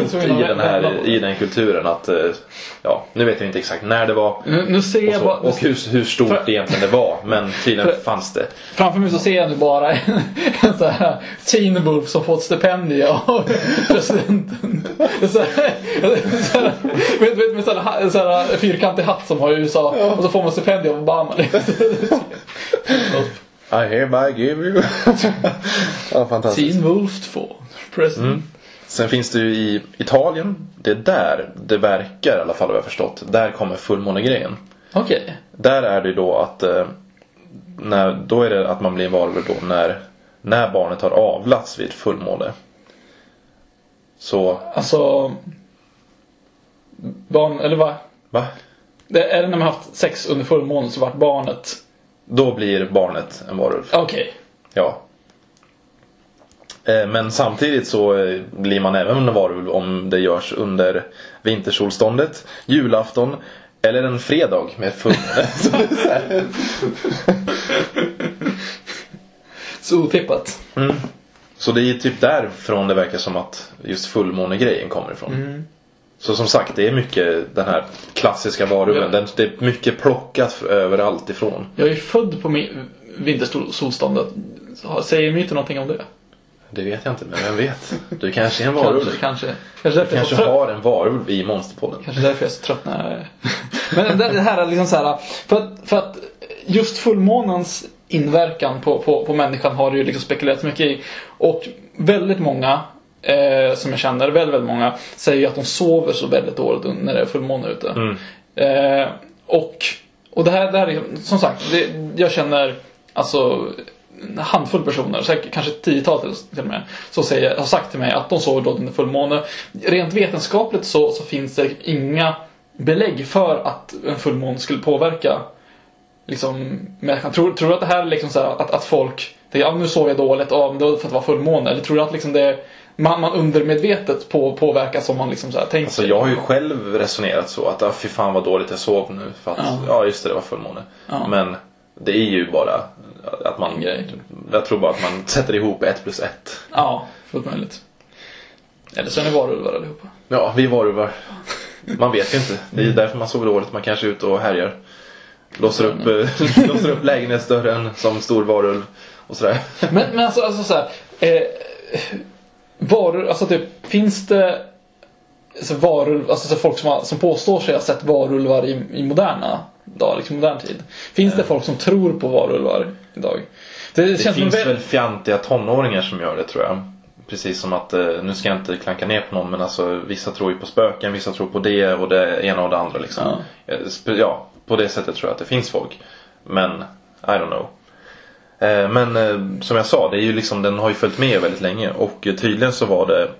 i den kulturen att ja, nu vet jag inte exakt när det var nu ser jag bara, och hur stort egentligen det var, men tydligen fanns det. Framför mig så ser jag nu bara en så här Teen Wolf som fått stipendium av presidenten. Med så här fyrkantig hatt som har i USA och så får man stipendium av Obama. I hereby give you. Ja, fantastiskt. Teen Wolf 2 president. Sen finns det ju i Italien. Det är där det verkar i alla fall, vad jag förstått. Där kommer fullmånegrejen. Okej. Där är det då att då är det att man blir en varulv då när barnet har avlats vid fullmåne. Så alltså barn eller vad? Va? Det är det när man haft sex under fullmånen så vart barnet. Då blir barnet en varulv. Okej. Ja. Men samtidigt så blir man även en varulv om det görs under vintersolståndet, julafton eller en fredag med fullmåne. Så otippat. Så det är typ därifrån det verkar som att just fullmånegrejen kommer ifrån. Så som sagt, det är mycket den här klassiska varulven. Det är mycket plockat överallt ifrån. Jag är ju född på vintersolståndet. Säger myten någonting om det? Det vet jag inte, men vem vet? Du kanske är en varulv. Kanske har en varulv i Monsterpodden. Kanske därför jag är så trött när men det här är liksom så här, för att just fullmånens inverkan på människan har det ju liksom spekulerats mycket i. Och väldigt många som jag känner, väldigt många säger ju att de sover så väldigt dåligt när det är fullmåne ute. Och det här är som sagt, jag känner alltså en handfull personer, säkert kanske 10-tal till och med, som har sagt till mig att de sover dåligt under fullmåne. Rent vetenskapligt så finns det inga belägg för att en fullmåne skulle påverka liksom människan. Tror du att det här är liksom så här, att folk tänker, nu sover jag dåligt, men det var för att det var fullmåne, eller tror du att liksom det man undermedvetet påverkas om man liksom så här tänker? Alltså jag har ju själv resonerat så att fy fan vad dåligt jag sov nu för att just det var fullmåne. Men det är ju bara att man, jag tror bara att man sätter ihop 1 + 1. Ja, fullt möjligt. Eller så är ni varulvar allihopa. Ja, vi är varulvar. Man vet ju inte. Det är ju därför man sover dåligt. Man kanske är ute och härjar. Låser upp lägenhetsdörren som stor varulv och sådär. Men alltså så här, alltså typ, finns det alltså varulv, alltså så folk som påstår sig ha sett varulvar i moderna dag, liksom modern tid. Finns det folk som tror på varulvar idag? Det känns finns väl fjantiga tonåringar som gör det, tror jag. Precis som att, nu ska jag inte klanka ner på någon, men alltså vissa tror ju på spöken, vissa tror på det och det ena och det andra liksom. Ja, på det sättet tror jag att det finns folk. Men, I don't know. Men som jag sa, det är ju liksom, den har ju följt med väldigt länge. Och tydligen så var det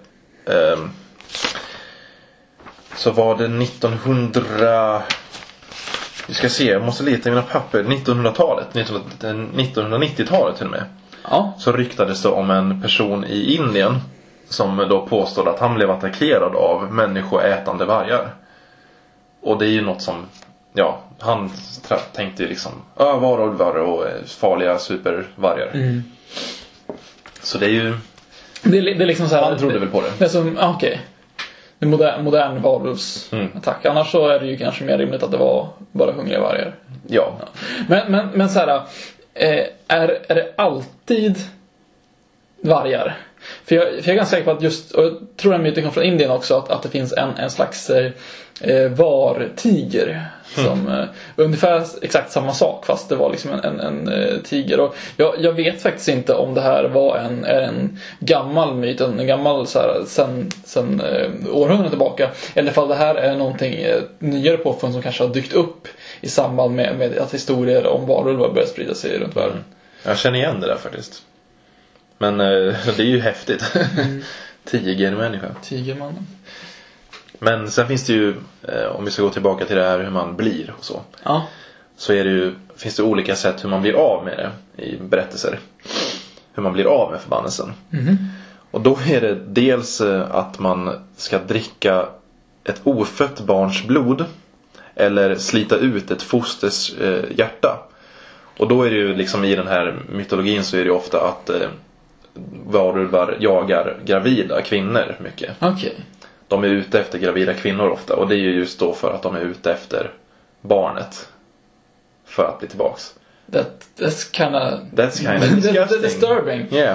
1900... Vi ska se, jag måste leta i mina papper. 1900-talet, 1990-talet till och med. Ja. Så ryktades det om en person i Indien som då påstod att han blev attackerad av människoätande vargar. Och det är ju något som, ja, han tänkte ju liksom varulvar och farliga supervargar. Så det är ju, det är liksom så här, han trodde väl på det. Det är som, okej. Det är modern varulvsattack. Annars så är det ju kanske mer rimligt att det var bara hungriga vargar. Ja. Men så här, är det alltid vargar? För jag är ganska säker på att just, och jag tror att myten kommer från Indien också, att det finns en slags vartiger som ungefär exakt samma sak, fast det var liksom en tiger. Och jag vet faktiskt inte om det här var en gammal myt, en gammal så här, sen århundraden tillbaka, eller fall det här är någonting nyare påfund som kanske har dykt upp i samband med att historier om varulvar börjar sprida sig runt världen. Jag känner igen det där faktiskt. Men det är ju häftigt. Tigermänniska. Tigermannen. Men sen finns det ju, om vi ska gå tillbaka till det här hur man blir och så. Ja. Så är det ju, finns det olika sätt hur man blir av med det i berättelser. Hur man blir av med förbannelsen. Och då är det dels att man ska dricka ett ofött barns blod. Eller slita ut ett fosters hjärta. Och då är det ju liksom i den här mytologin så är det ju ofta att varulvar jagar gravida kvinnor mycket. Okej. De är ute efter gravida kvinnor ofta. Och det är ju just då för att de är ute efter barnet. För att bli tillbaks. That's kinda disgusting. Disturbing. Yeah.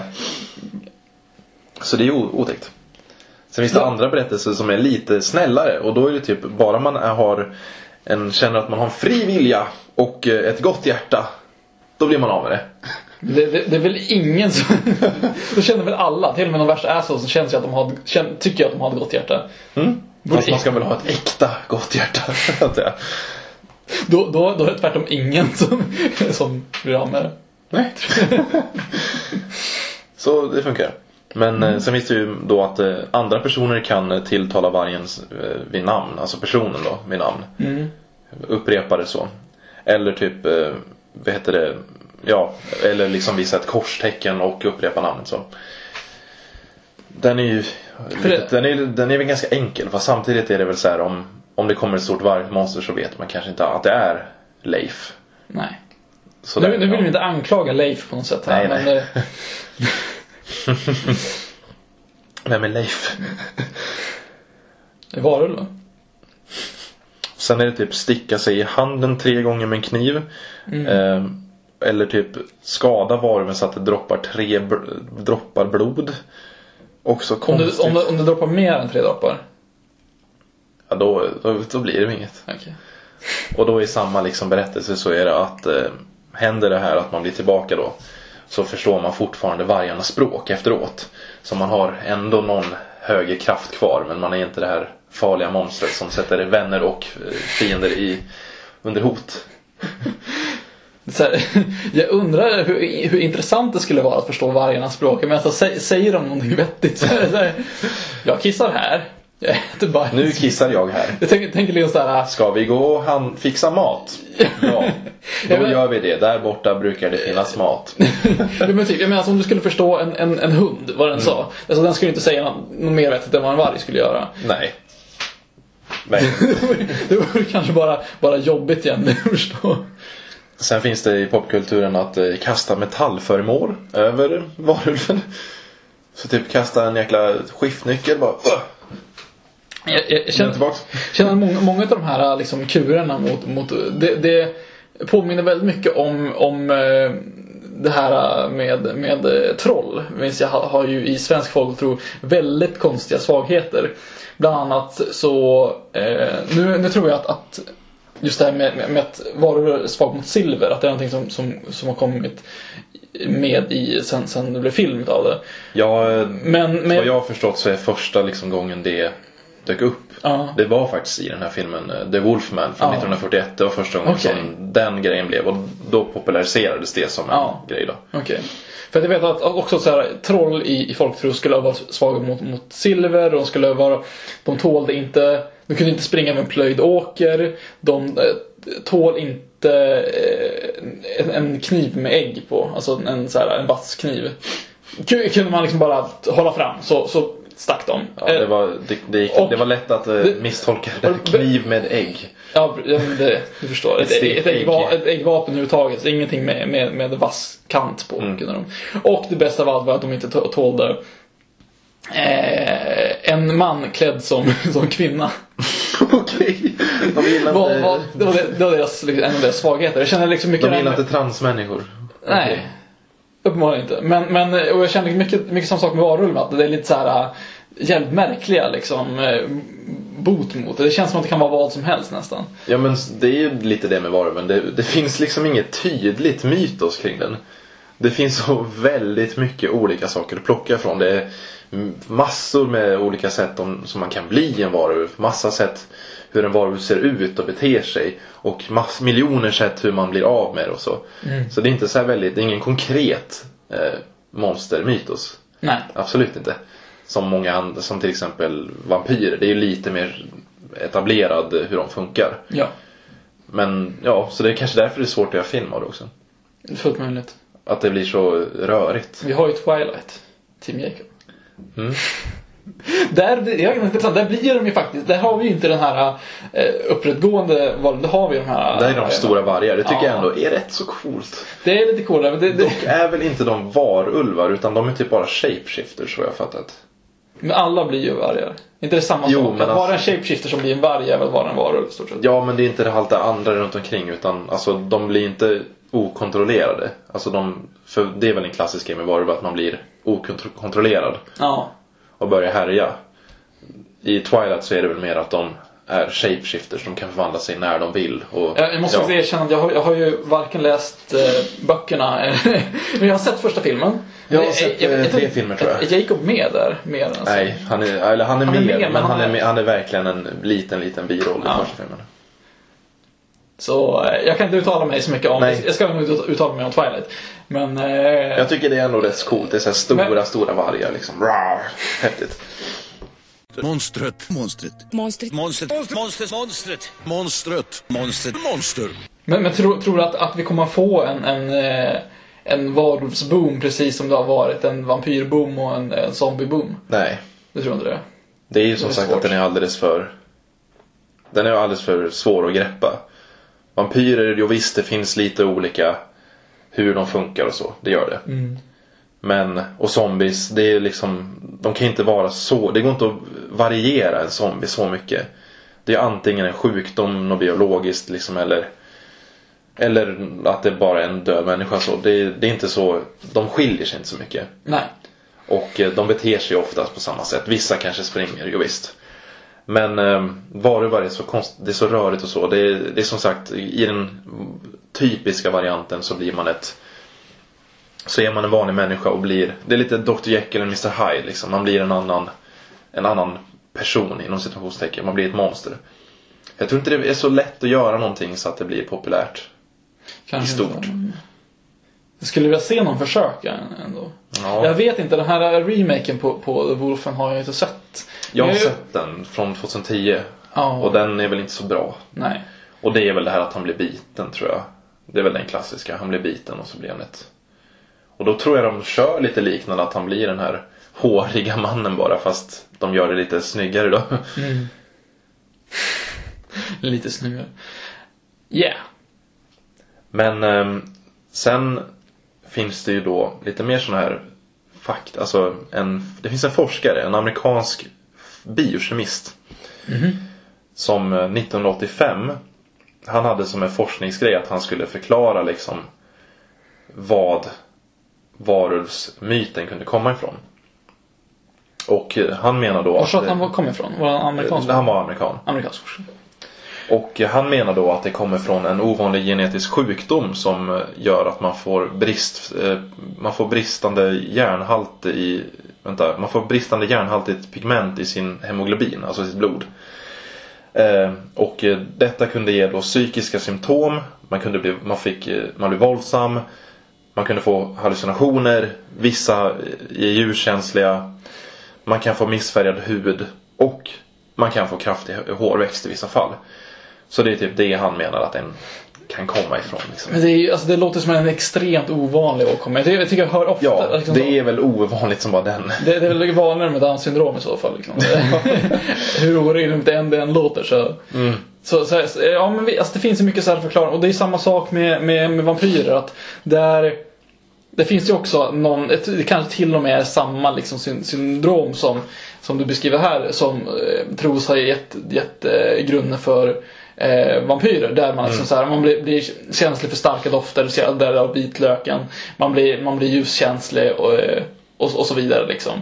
Så det är ju otäckt. Sen finns det andra berättelser som är lite snällare. Och då är det typ, bara man känner att man har en fri vilja och ett gott hjärta, då blir man av med det. Det är väl ingen som... Då känner väl alla, till och med de värsta assholes som känns att tycker att de har ett gott hjärta. Fast man ska väl ha ett äkta gott hjärta. Då är det tvärtom ingen som blir av med det. Nej. Så det funkar. Men sen finns det ju då att andra personer kan tilltala vargen vid namn. Alltså personen då vid namn. Upprepa det så. Eller typ, vad heter det? Ja, eller liksom visa ett korstecken och upprepa namnet så. Den är ju den är väl ganska enkel. Fast samtidigt är det väl så här, om det kommer ett stort vargmonster så vet man kanske inte att det är Leif. Nej. Så nu vill vi inte anklaga Leif på något sätt här. Nej. Men vem är Leif? det var det då. Sen är det typ sticka sig i handen 3 gånger med en kniv. Eller typ skada varven så att det droppar 3 droppar blod. Också konstigt. Om det droppar mer än 3 droppar? Ja, då blir det inget. Okay. Och då i samma liksom berättelse så är det att händer det här att man blir tillbaka då, så förstår man fortfarande vargarnas språk efteråt. Så man har ändå någon högre kraft kvar, men man är inte det här farliga monstret som sätter vänner och fiender under hot. Så här, jag undrar hur intressant det skulle vara att förstå vargarnas språk. Men alltså, säger de någonting vettigt? Så här, jag kissar här. Jag äter bajs. Nu kissar jag här. Jag tänker liksom så här. Ska vi gå och fixa mat? Ja, då gör vi det. Där borta brukar det finnas mat. Men typ, jag menar, alltså, om du skulle förstå en hund, vad den sa. Alltså, den skulle inte säga något mer vettigt än vad en varg skulle göra. Nej. Det vore kanske bara jobbigt igen att förstå. Sen finns det i popkulturen att kasta metallföremål över varulven. Så typ kasta en jäkla skiftnyckel bara. Jag känner många av de här liksom, kurerna mot det påminner väldigt mycket om det här med troll. Minns jag har ju i svensk folktro väldigt konstiga svagheter. Bland annat så nu tror jag att just det här med att vara svag mot silver, att det är någonting som har kommit med sen det blev film av det. Ja, men vad jag har förstått så är första liksom gången det dök upp. Det var faktiskt i den här filmen The Wolfman från 1941. Det var första gången som den grejen blev, och då populariserades det som en grej då. Okej. För jag vet att också så här, troll i folktro skulle vara svaga mot silver, de tålde inte, de kunde inte springa med en plöjd åker, de tål inte en kniv med ägg på, alltså en vass kniv. Kunde man liksom bara hålla fram så stack de. Ja, det var lätt att misstolka det. Kniv med ägg. Ja, du förstår. Ett äggvapen överhuvudtaget. Ingenting med vass kant på. Och det bästa av allt var att de inte tålde en man klädd som kvinna. Okej. Det var deras, en av deras svagheter. Jag känner liksom mycket. De gillar inte transmänniskor. Nej. Uppenbarligen inte. Men och jag känner mycket samma sak med varulv, att det är lite så här jävligt märkliga liksom bot mot det. Det känns som att det kan vara vad som helst nästan. Ja, men det är ju lite det med varulven. Det finns liksom inget tydligt mytos kring den. Det finns så väldigt mycket olika saker att plocka från. Det är massor med olika sätt som man kan bli en varulv. Massa sätt hur en varulv ser ut och beter sig. Och miljoner sätt hur man blir av med det och så. Så det är inte så här det är ingen konkret monstermytos. Nej. Absolut inte. Som många andra, som till exempel vampyrer. Det är ju lite mer etablerad hur de funkar. Ja. Men ja, så det är kanske därför det är svårt att göra film av det också. Fullt möjligt. Att det blir så rörigt. Vi har ju Twilight, Team Jacob. Där blir de ju faktiskt. Där har vi ju inte den här upprättgående valen. Där har vi de här. Där är de stora vargar. Det tycker jag ändå är rätt så coolt. Det är lite coolare. Men dock är väl inte de varulvar, utan de är typ bara shapeshifters, så jag har fattat. Men alla blir ju vargar. Inte det samma sak? Att vara en shapeshifter som blir en varg är väl vara en varulv, stort sett. Ja, men det är inte det allt det andra runt omkring, utan alltså, de blir inte okontrollerade. Alltså för det är väl en klassisk grej med varulv, att man blir okontrollerad. Ja. Och börjar härja. I Twilight så är det väl mer att de är shapeshifters. De kan förvandla sig när de vill. Och, jag måste erkänna att jag har ju varken läst böckerna men jag har sett första filmen. Jag har sett 3 filmer, tror jag. Är Jacob med där? Mer än Nej, han är med, men han är verkligen en liten biroll i första filmen. Så jag kan inte uttala mig så mycket om. Jag ska nog uttala mig om Twilight. Men jag tycker det är ändå rätt coolt. Det är så här stora vargar liksom. Rawr, häftigt. Monster. Men tror du att vi kommer få en varulvsboom, precis som det har varit en vampyrboom och en zombieboom? Nej. Det tror jag inte det. Det är ju som sagt svårt. Att den är alldeles för svår att greppa. Vampyrer, jo visst, det finns lite olika hur de funkar och så. Det gör det. Men, och zombies, det är liksom, de kan inte vara så, det går inte att variera en zombie så mycket. Det är antingen en sjukdom, något biologiskt liksom, eller att det bara är en död människa så. Det är inte så, de skiljer sig inte så mycket. Nej. Och de beter sig oftast på samma sätt. Vissa kanske springer, jo visst. Men varulvar är så det är så rörigt och så. Det är som sagt, i den typiska varianten så blir man så är man en vanlig människa och blir, det är lite Dr. Jekyll och Mr. Hyde liksom. Man blir en annan person inom situationstecken. Man blir ett monster. Jag tror inte det är så lätt att göra någonting så att det blir populärt. Kanske i stort. Jag skulle vilja se någon försök ändå. Ja. Jag vet inte, den här remaken på The Wolfen har jag inte sett. Jag har sett den från 2010. Ja. Och den är väl inte så bra. Nej. Och det är väl det här att han blir biten, tror jag. Det är väl den klassiska. Han blir biten och så blir han ett. Och då tror jag de kör lite liknande, att han blir den här håriga mannen bara, fast de gör det lite snyggare då. Mm. Lite snyggare. Yeah. Men sen finns det ju då lite mer sån här fakta. Alltså det finns en forskare, en amerikansk biokemist, som 1985, han hade som en forskningsgrej att han skulle förklara liksom vad varulvsmyten kunde komma ifrån. Och han menar då att han kom ifrån? Var han amerikansk? Han var amerikan. Amerikansk forskare. Och han menar då att det kommer från en ovanlig genetisk sjukdom som gör att man får bristande järnhaltigt pigment i sin hemoglobin, alltså sitt blod. Och detta kunde ge då psykiska symptom. Man blev våldsam. Man kunde få hallucinationer. Vissa är djurkänsliga. Man kan få missfärgad hud. Och man kan få kraftig hårväxt i vissa fall. Så det är typ det han menar att den kan komma ifrån liksom. Men det låter som en extremt ovanlig åkomma. Jag tycker jag hör ofta. Ja, liksom, det är väl ovanligt som bara den. Det är väl vanligare med Downs syndrom i så fall liksom. Hur orimligt det än låter så. Mm. Så ja, men det finns ju mycket så här förklaring. Och det är samma sak med vampyrer, att det finns ju också det kanske till och med är samma liksom syndrom som du beskriver här, som tros ha gett grunden för vampyrer, där man liksom så här, man blir känslig för starka dofter, där av vitlöken, man blir ljuskänslig och så vidare liksom.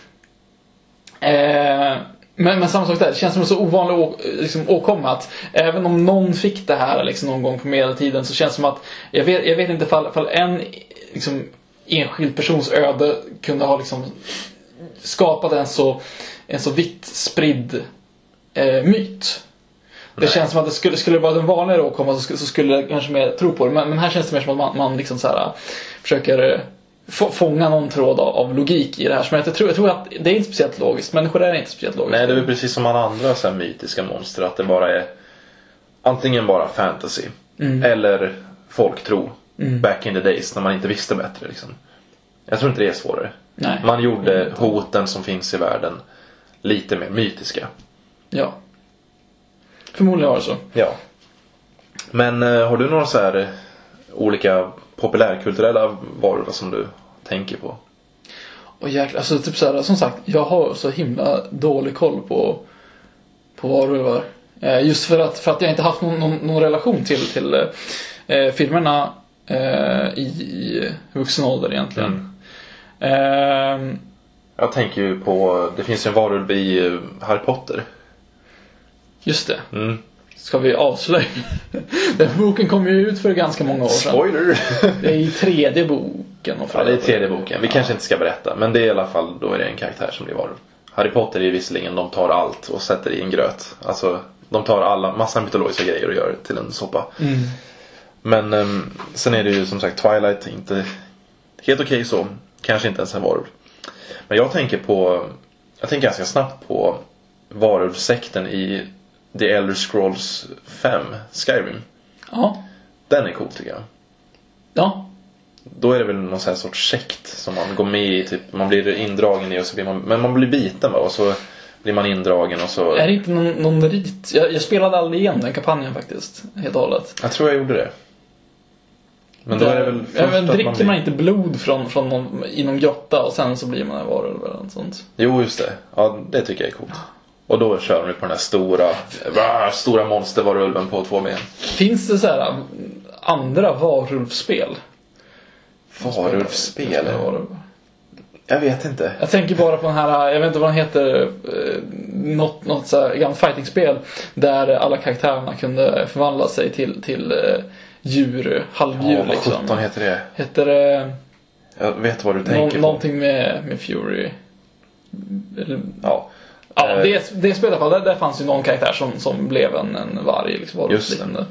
Men samma sak där, det känns som en så ovanlig liksom, åkomma, att även om någon fick det här liksom, någon gång på medeltiden, så känns det som att jag vet inte fall en liksom, enskild persons öde kunde ha liksom, skapat en så vitt spridd myt. Det känns som att det skulle vara den vanliga åkomma, så skulle jag kanske mer tro på det. Men här känns det mer som att man liksom så här, försöker fånga någon tråd av logik i det här. Jag tror att det är inte speciellt logiskt. Människor är inte speciellt logiskt. Nej, det är precis som alla andra så här mytiska monster, att det bara är antingen bara fantasy eller folktro. Back in the days när man inte visste bättre liksom. Jag tror inte det är svårare. Nej. Man gjorde hoten som finns i världen lite mer mytiska. Ja. Förmodligen var det så. Ja. Men har du några så här olika populärkulturella varor som du tänker på? Och jäklar, alltså typ så här, som sagt, jag har så himla dålig koll på varulvar. Just för att jag inte haft någon relation till filmerna i vuxen ålder egentligen. Jag tänker ju på, det finns ju en varulv i Harry Potter. Just det. Ska vi avslöja? Den boken kom ju ut för ganska många år sedan. Spoiler! Det är i tredje boken. Ja, det är tredje boken. Vi kanske inte ska berätta, men det är i alla fall, då är det en karaktär som blir varulv. Harry Potter är visserligen, de tar allt och sätter i en gröt. Alltså, de tar massa mytologiska grejer och gör till en soppa. Men sen är det ju som sagt Twilight, inte helt okej så. Kanske inte ens en varulv. Men jag tänker ganska snabbt på varulvsekten i The Elder Scrolls 5, Skyrim. Ja. Den är cool tycker jag. Ja. Då är det väl någon sån här sorts sekt som man går med i, typ, man blir indragen i och så blir men man blir biten va, och så blir man indragen och så. Är det inte någon rit? Jag spelade aldrig igen den kampanjen faktiskt, helt och hållet. Jag tror jag gjorde det. Men då är det väl först att dricker man inte blod från någon inom grotta och sen så blir man en varulv eller något sånt. Jo just det. Ja, det tycker jag är coolt. Och då kör de på den här stora monstervarulven på 2 ben. Finns det så här andra varulvsspel? Varulvsspel? Jag vet inte. Jag tänker bara på den här, jag vet inte vad den heter, något så här gammalt fightingspel där alla karaktärerna kunde förvandla sig till halvdjur Vad liksom. 17 heter det? Heter det Jag vet vad du tänker på. någonting med Fury? Eller, Ja. ja, det spelar i alla fall. Där fanns ju någon karaktär som blev en varg liksom, Just det.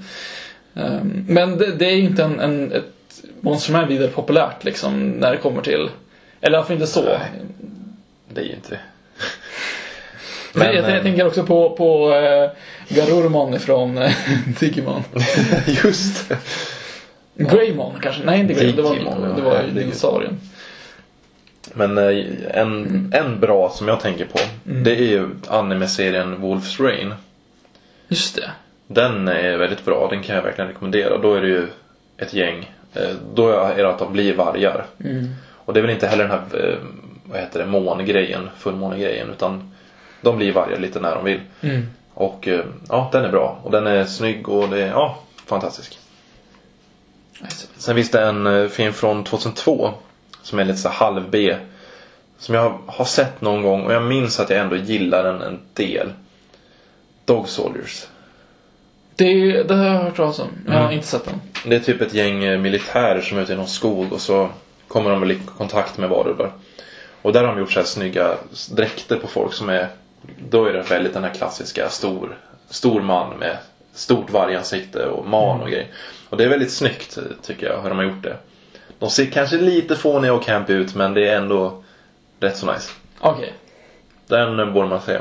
Men det är ju inte ett monster som är vidare populärt liksom, när det kommer till, eller varför inte så. Nej. Det är ju inte. Men jag tänker också på Garurumon ifrån Digimon. Just det. Greymon kanske? Nej, inte Greymon. Digimon, Det var ju ja, dinosaurien. Men en bra som jag tänker på, det är ju anime-serien Wolf's Rain. Just det. Den är väldigt bra, den kan jag verkligen rekommendera. Då är det ju ett gäng. Då är det att de blir vargar. Och det är väl inte heller den här vad heter det, mångrejen, fullmånegrejen, utan de blir vargar lite när de vill. Och ja, den är bra. Och den är snygg och det är fantastisk. Sen finns det en film från 2002 som är lite så halv B, som jag har sett någon gång och jag minns att jag ändå gillar den en del. Dog Soldiers. Det har jag hört talas om. Jag har inte sett den. Det är typ ett gäng militärer som är ute i någon skog och så kommer de väl i kontakt med varulvar. Och där har de gjort så här snygga dräkter på folk som är, då är det väldigt den här klassiska stor man med stort vargansikte och man och grejer. Och det är väldigt snyggt tycker jag hur de har gjort det. De ser kanske lite fåniga och campy ut, men det är ändå rätt så nice. Okej. Den borde man se.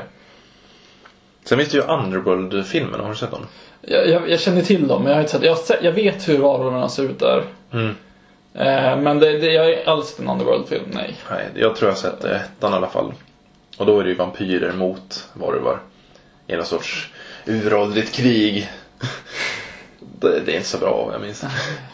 Sen finns det ju Underworld-filmen, har du sett den? Jag känner till dem, men jag har inte sett. Jag vet hur varulvarna ser ut där. Men jag är alls en Underworld-film, nej. Nej, jag tror jag har sett ettan i alla fall. Och då är det ju vampyrer mot varulvar. I någon sorts uråldrigt krig. Det är inte så bra, jag minns.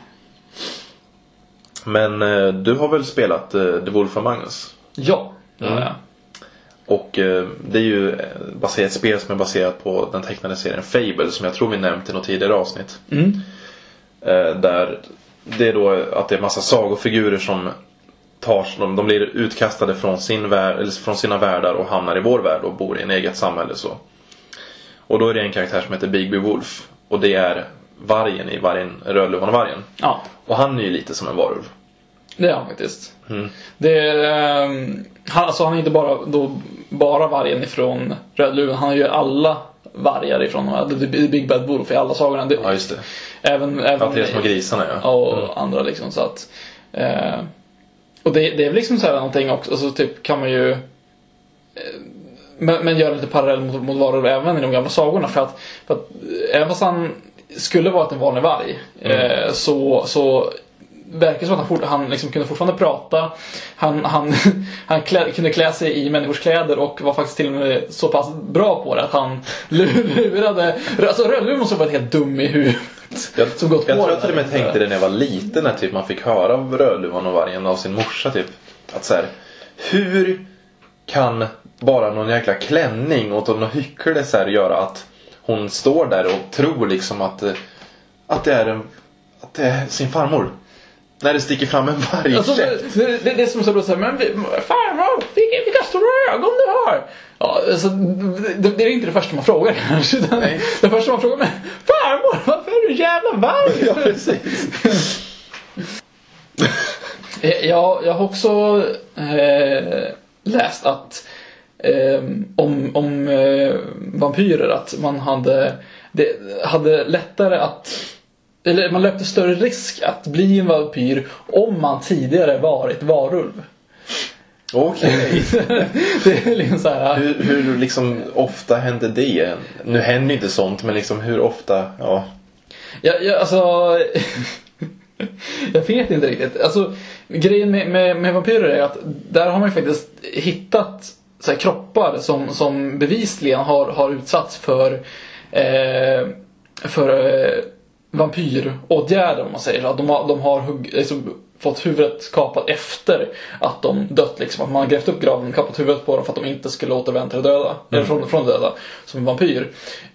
Men du har väl spelat The Wolf Among Us? Ja, ja. Och det är ju ett spel som är baserat på den tecknade serien Fable, som jag tror vi nämnt i något tidigare avsnitt. Där det är då att det är massa sagofigurer som de blir utkastade från sin värld, eller från sina världar och hamnar i vår värld och bor i en eget samhälle så. Och då är det en karaktär som heter Bigby Wolf, och det är vargen i Rödluvan och vargen. Ja. Och han är ju lite som en varulv. Det är han faktiskt. Det är, han är inte bara vargen ifrån Rödluvan. Han är ju alla vargar ifrån The Big Bad Wolf i alla sagorna. Ja, just det. Även att det är små grisarna, ja. Och andra liksom, så att och det är väl liksom så här någonting också, alltså, typ kan man ju men göra lite parallell mot varulv även i de gamla sagorna, för att även fast han skulle vara en vanlig varg så verkar som att han liksom kunde fortfarande prata. Han kunde klä sig i människors kläder och var faktiskt till och med så pass bra på det att han lurade. Alltså Rödluvan måste ha varit helt dum i huvudet. Jag tror att jag tänkte det när jag var liten, när typ man fick höra av Rödluvan och vargen av sin morsa typ, att så här, hur kan bara någon jäkla klänning och någon hyckle så här göra att hon står där och tror liksom att det är sin farmor. När det sticker fram en varg. Alltså, det är som så säger, men farmor, vilka stora ögon du har. Ja, alltså, det är inte det första man frågar kanske. Det första man frågar, men farmor, varför är du jävla varg? Ja, precis. Jag har också läst att om vampyrer, att man hade lättare att, eller man löpte större risk att bli en vampyr om man tidigare varit varulv. Okej. Det är liksom så här. Hur liksom ofta händer det? Nu händer inte sånt, men liksom hur ofta? Ja. Alltså jag vet inte riktigt. Alltså grejen med vampyrer är att där har man ju faktiskt hittat så här kroppar som bevisligen har utsatts för vampyråtgärder, om man säger så. Att de har liksom fått huvudet kapat efter att de dött liksom. Att man har grävt upp graven och kapat huvudet på dem för att de inte skulle återvända till döda. Eller från döda som en vampyr.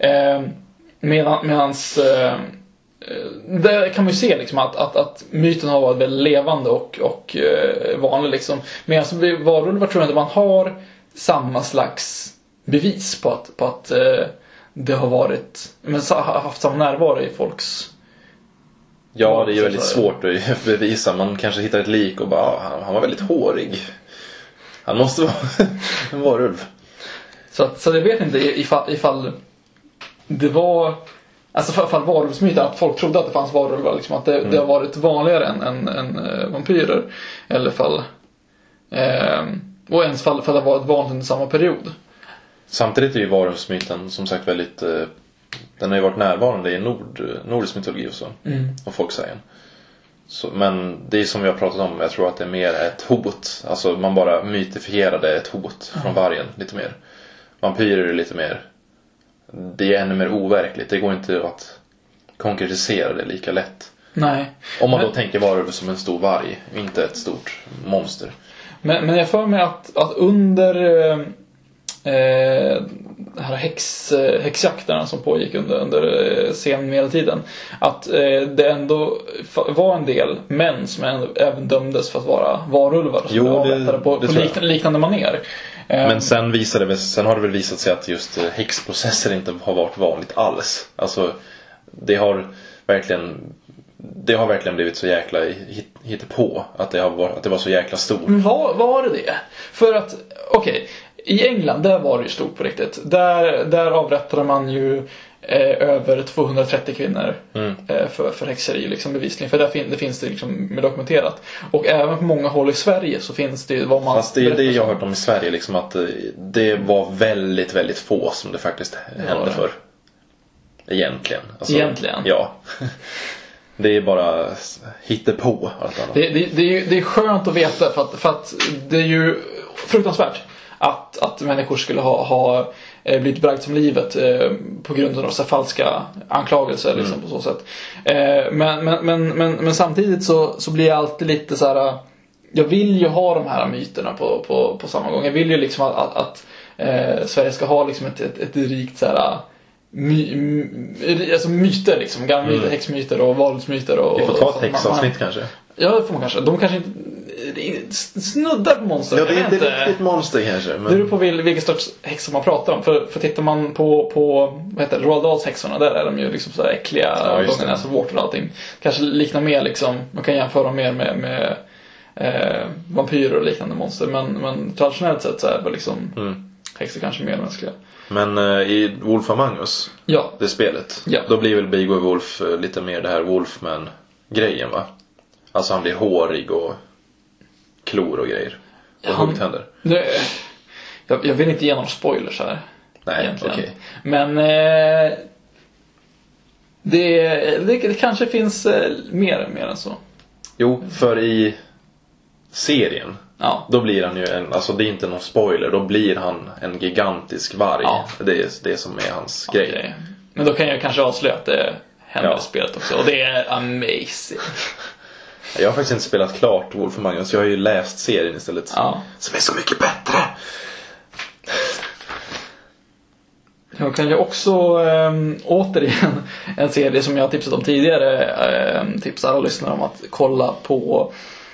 Medans där kan man ju se liksom att myten har varit väldigt levande och vanlig liksom. Medan varulvar tror jag inte man har samma slags bevis på att det har varit, men haft samma närvaro i folks Ja, det är ju väldigt svårt att bevisa. Man kanske hittar ett lik och bara, han var väldigt hårig. Han måste vara en varulv. Så jag vet inte ifall det var... Alltså ifall varulvsmyten, att folk trodde att det fanns varulvar. Liksom, att det har varit vanligare än vampyrer. Eller fall... och ens fall det har varit vanligt under samma period. Samtidigt är ju varulvsmyten som sagt väldigt... den har ju varit närvarande i nordisk mytologi och så. Och folksägen. Men det är som vi har pratat om. Jag tror att det är mer ett hot. Alltså man bara mytifierade ett hot från vargen lite mer. Vampyrer är lite mer... Det är ännu mer overkligt. Det går inte att konkretisera det lika lätt. Nej. Om man då tänker varulv som en stor varg. Inte ett stort monster. Men jag får mig att under här häxjakterna som pågick under senmedeltiden, att det ändå var en del män som även dömdes för att vara varulvar som avrättade på liknande manér. Men sen har det väl visat sig att just häxprocesser inte har varit vanligt alls. Alltså det har verkligen blivit så jäkla hittepå att det var så jäkla stort. Var det? För att i England där var det ju stort på riktigt. Där avrättade man ju över 230 kvinnor för häxeri liksom bevisligen. För det finns det liksom dokumenterat. Och även på många håll i Sverige så finns det vad man... Fast det är det jag har hört om i Sverige liksom, att det var väldigt, väldigt få som det faktiskt hände för. Egentligen. Alltså, Egentligen? Ja. Det är bara hittepå allt annat. Det är skönt att veta för att det är ju fruktansvärt att människor skulle ha blivit bragt som livet på grund av så falska anklagelser liksom, på så sätt. Men samtidigt så blir jag alltid lite så här. Jag vill ju ha de här myterna på samma gång. Jag vill ju liksom att Sverige ska ha liksom ett rikt så här alltså myter liksom, gamla myter, häxmyter och varulvsmyter och... Vi får ta ett häxavsnitt kanske. Ja, det får man kanske. De kanske inte snuddar på monster. Ja, det är inte riktigt monster kanske. Men... Det beror på vilken sorts häxor man pratar om. För tittar man på vad heter det, Roald Dahls häxorna, där är de ju liksom så där äckliga, alltså vårtor och allting. Kanske liknar mer liksom, man kan jämföra mer med vampyrer och liknande monster. Men traditionellt sett så är det liksom häxor kanske mer mänskliga. Men i Wolf Among Us, det spelet, då blir väl Beowulf Wolf lite mer det här Wolfman-grejen, va? Alltså han blir hårig och klor och grejer. Och huggtänder. Jag vill inte ge någon spoilers här. Nej, okej. Men det kanske finns mer än så. Jo, för i serien då blir han ju alltså det är inte någon spoiler, då blir han en gigantisk varg. Det är det som är hans grej. Men då kan jag kanske avslöja att det händer i spelet också. Och det är amazing. Jag har faktiskt inte spelat klart Wolf Among Us. Jag har ju läst serien istället. Som är så mycket bättre. Jag kan ju också återigen en serie som jag har tipsat om tidigare, tipsar alla lyssnare om att kolla på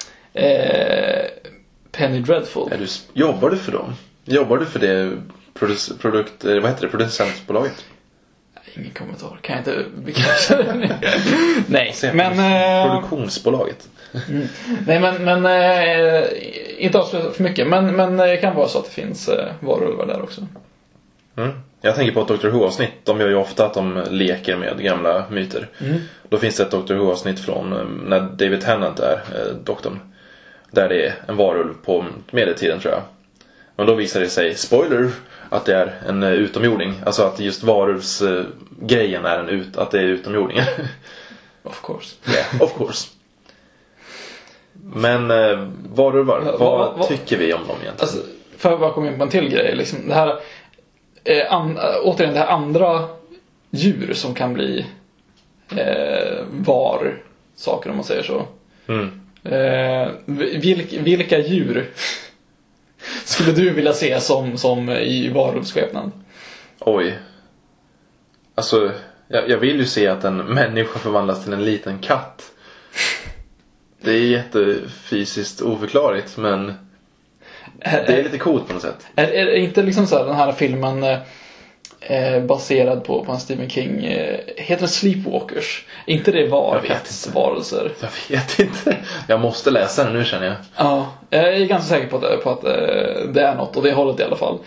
Penny Dreadful. Jobbar du för dem? Jobbar du för det producentbolaget? Ingen kommentar. Kan jag inte bekräfta det? Nej, men produktionsbolaget. Nej, men inte avslöja för mycket, men det kan vara så att det finns varulvar där också. Jag tänker på ett Doctor Who-avsnitt. De gör ju ofta att de leker med gamla myter. Då finns det ett Doctor Who-avsnitt från när David Tennant är doktorn, där det är en varulv på medeltiden, tror jag. Men då visar det sig, spoiler, att det är en utomjording. Alltså att just varulvsgrejen är att det är utomjordingar. Of course. Yeah, of course. Men varulvar, vad tycker vi om dem egentligen? Alltså, för att bara komma in på en till grej liksom, det här återigen det här andra djur som kan bli saker, om man säger så. Vilka djur skulle du vilja se som i varulvsskepnad? Oj. Alltså, jag vill ju se att en människa förvandlas till en liten katt. Det är jättefysiskt oförklarligt, men det är lite coolt på något sätt. Är inte liksom så här, den här filmen baserad på en Stephen King. Heter den Sleepwalkers? Inte det varelser? Jag vet inte. Jag måste läsa den nu, känner jag. Ja, jag är ganska säker på att det är något, och det hållet i alla fall.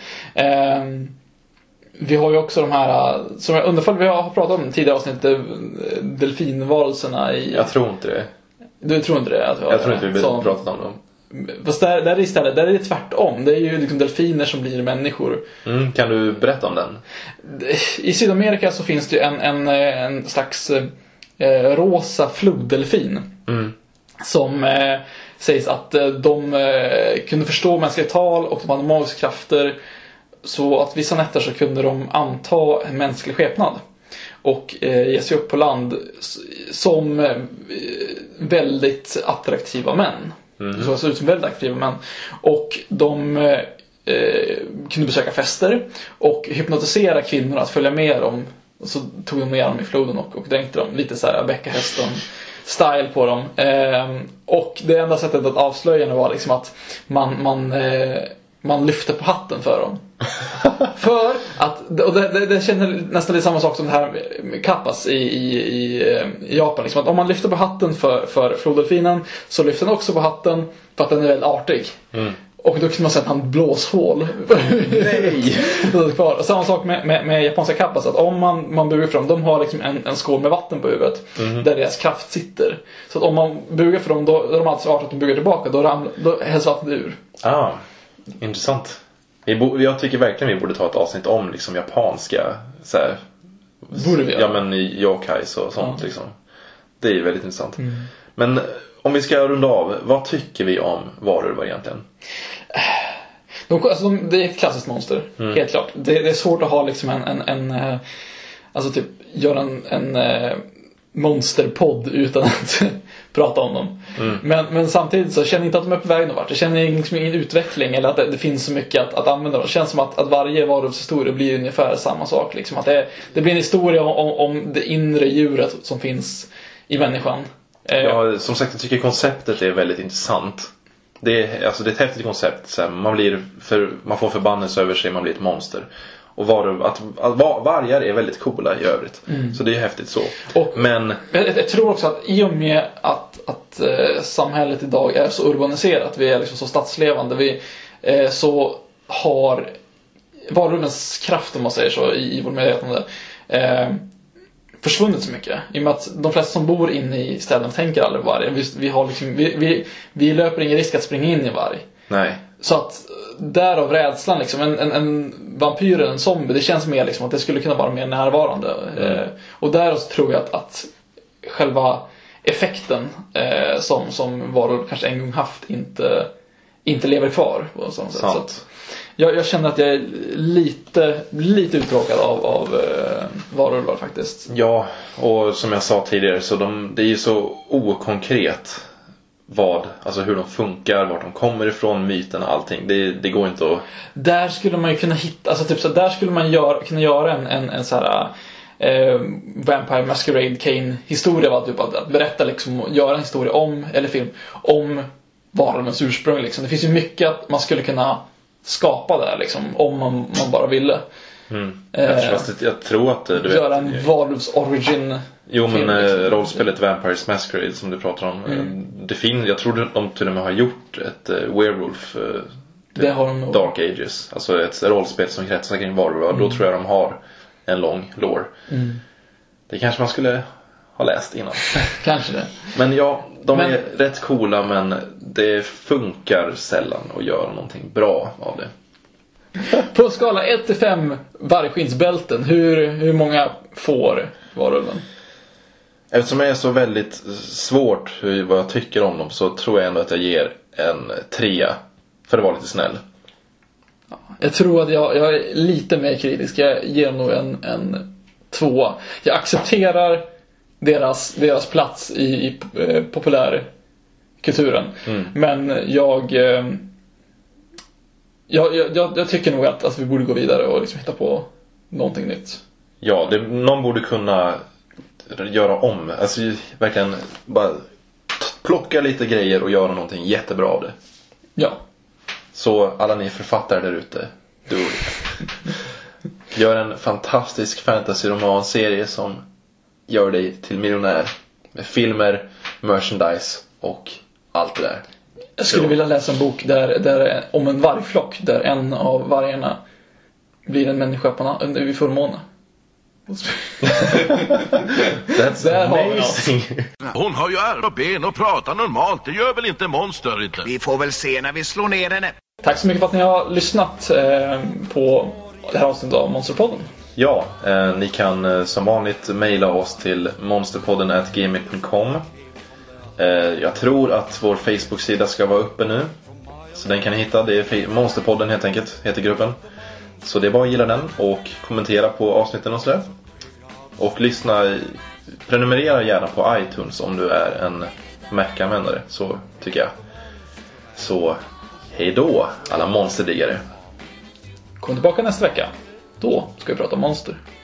Vi har ju också de här, som jag undrar om vi har pratat om tidigare avsnitt, delfinvarelserna i... Jag tror inte det. Du tror inte det? Jag tror inte vi pratat om dem. Fast där är det tvärtom. Det är ju liksom delfiner som blir människor. Kan du berätta om den? I Sydamerika så finns det ju en slags rosa floddelfin. Som sägs att de kunde förstå mänskliga tal och de hade magiska krafter. Så att vissa nätter så kunde de anta en mänsklig skepnad och ge sig upp på land som väldigt attraktiva män. Så ser ut som väldigt aktiva män. Och de kunde besöka fester och hypnotisera kvinnor att följa med dem. Och så tog de med dem i floden och dränkte dem. Lite så här bäckahästen style på dem. Och det enda sättet att avslöja det var liksom att man lyfte på hatten för dem. För att, och det känner nästan lite samma sak som det här med kappas i Japan liksom, att om man lyfter på hatten för floddelfinen så lyfter den också på hatten för att den är väldigt artig. Och då kan man säga att han blåshål. Nej. Och samma sak med japanska kappas, att om man bugar för dem, de har liksom en skål med vatten på huvudet där deras kraft sitter. Så att om man bugar för dem, då är de alltid så artigt att de bugar tillbaka, då hälls vattnet ur. Intressant. Jag tycker verkligen vi borde ta ett avsnitt om liksom japanska så här, borde vi? Ja, men i yokais och sånt liksom. Det är väldigt intressant. Men om vi ska runda av, vad tycker vi om varulvar egentligen? Det är ett klassiskt monster, helt klart. Det är svårt att ha liksom alltså typ göra en monsterpodd utan att prata om dem. Men samtidigt så känner jag inte att de är på väg någon vart. Jag känner liksom ingen utveckling eller att det finns så mycket att använda dem. Det känns som att varje varulvshistoria blir ungefär samma sak liksom. Att det blir en historia om det inre djuret som finns i människan. Ja, som sagt, jag tycker konceptet är väldigt intressant. Det är ett häftigt koncept så här, man får förbannelse över sig, man blir ett monster. Och vargar är väldigt coola i övrigt. Så det är häftigt så. Men jag tror också att i och med att samhället idag är så urbaniserat, vi är liksom så stadslevande, så har varulvens kraft, om man säger så, i vår medvetande försvunnit så mycket. I och med att de flesta som bor inne i städerna tänker aldrig varg. Vi löper ingen risk att springa in i varg. Nej. Så att därav rädslan liksom, en vampyr eller en zombie, det känns mer liksom att det skulle kunna vara mer närvarande. Och därav tror jag att själva effekten som varulv kanske en gång haft inte lever kvar på sånt sätt. Så att jag känner att jag är lite uttråkad av varulvar faktiskt. Ja, och som jag sa tidigare så det är ju så okonkret alltså hur de funkar, vart de kommer ifrån, myten och allting. Det går inte att... Där skulle man ju kunna hitta, alltså typ så där skulle man kunna göra en så här Vampire Masquerade Kane historia, typ att berätta liksom, göra en historia eller film om varulvens ursprung liksom. Det finns ju mycket att man skulle kunna skapa där liksom, om man bara ville. Jag tror att du vet, göra en varulvs origin. Jo, men liksom. Rollspelet Vampires Masquerade som du pratar om, jag tror de till och med har gjort ett Werewolf det har de nog. Dark Ages, alltså ett rollspel som kretsar kring varulvar. Då tror jag de har en lång lore. Det kanske man skulle ha läst innan. Kanske det. Men ja, är rätt coola, men det funkar sällan att göra någonting bra av det. På skala 1-5 vargskinsbälten, hur många får varulven? Eftersom jag är så väldigt svårt vad jag tycker om dem, så tror jag ändå att jag ger en 3 för att vara lite snäll. Jag tror att jag är lite mer kritisk. Jag ger nog en 2. Jag accepterar deras plats i populärkulturen. Men jag tycker nog att vi borde gå vidare och liksom hitta på någonting nytt. Ja, någon borde kunna göra om. Alltså verkligen bara plocka lite grejer och göra någonting jättebra av det. Ja. Så alla ni författare där ute, do it. Gör en fantastisk fantasy-romanserie som gör dig till miljonär. Med filmer, merchandise och allt det där. Jag skulle vilja läsa en bok där om en vargflock där en av vargarna blir en människa vid fullmåne. That's Där har vi amazing. Hon har ju armar och ben och pratar normalt. Det gör väl inte monster inte? Vi får väl se när vi slår ner henne. Tack så mycket för att ni har lyssnat på det här avsnittet av Monsterpodden. Ja, ni kan som vanligt mejla oss till monsterpodden@gmail.com. Jag tror att vår Facebook-sida ska vara uppe nu. Så den kan ni hitta. Det är Monsterpodden helt enkelt, heter gruppen. Så det är bara att gilla den och kommentera på avsnitten och sådär. Och prenumerera gärna på iTunes om du är en Mac-användare, så tycker jag. Så hej då alla monsterdiggare. Kom tillbaka nästa vecka. Då ska vi prata om monster.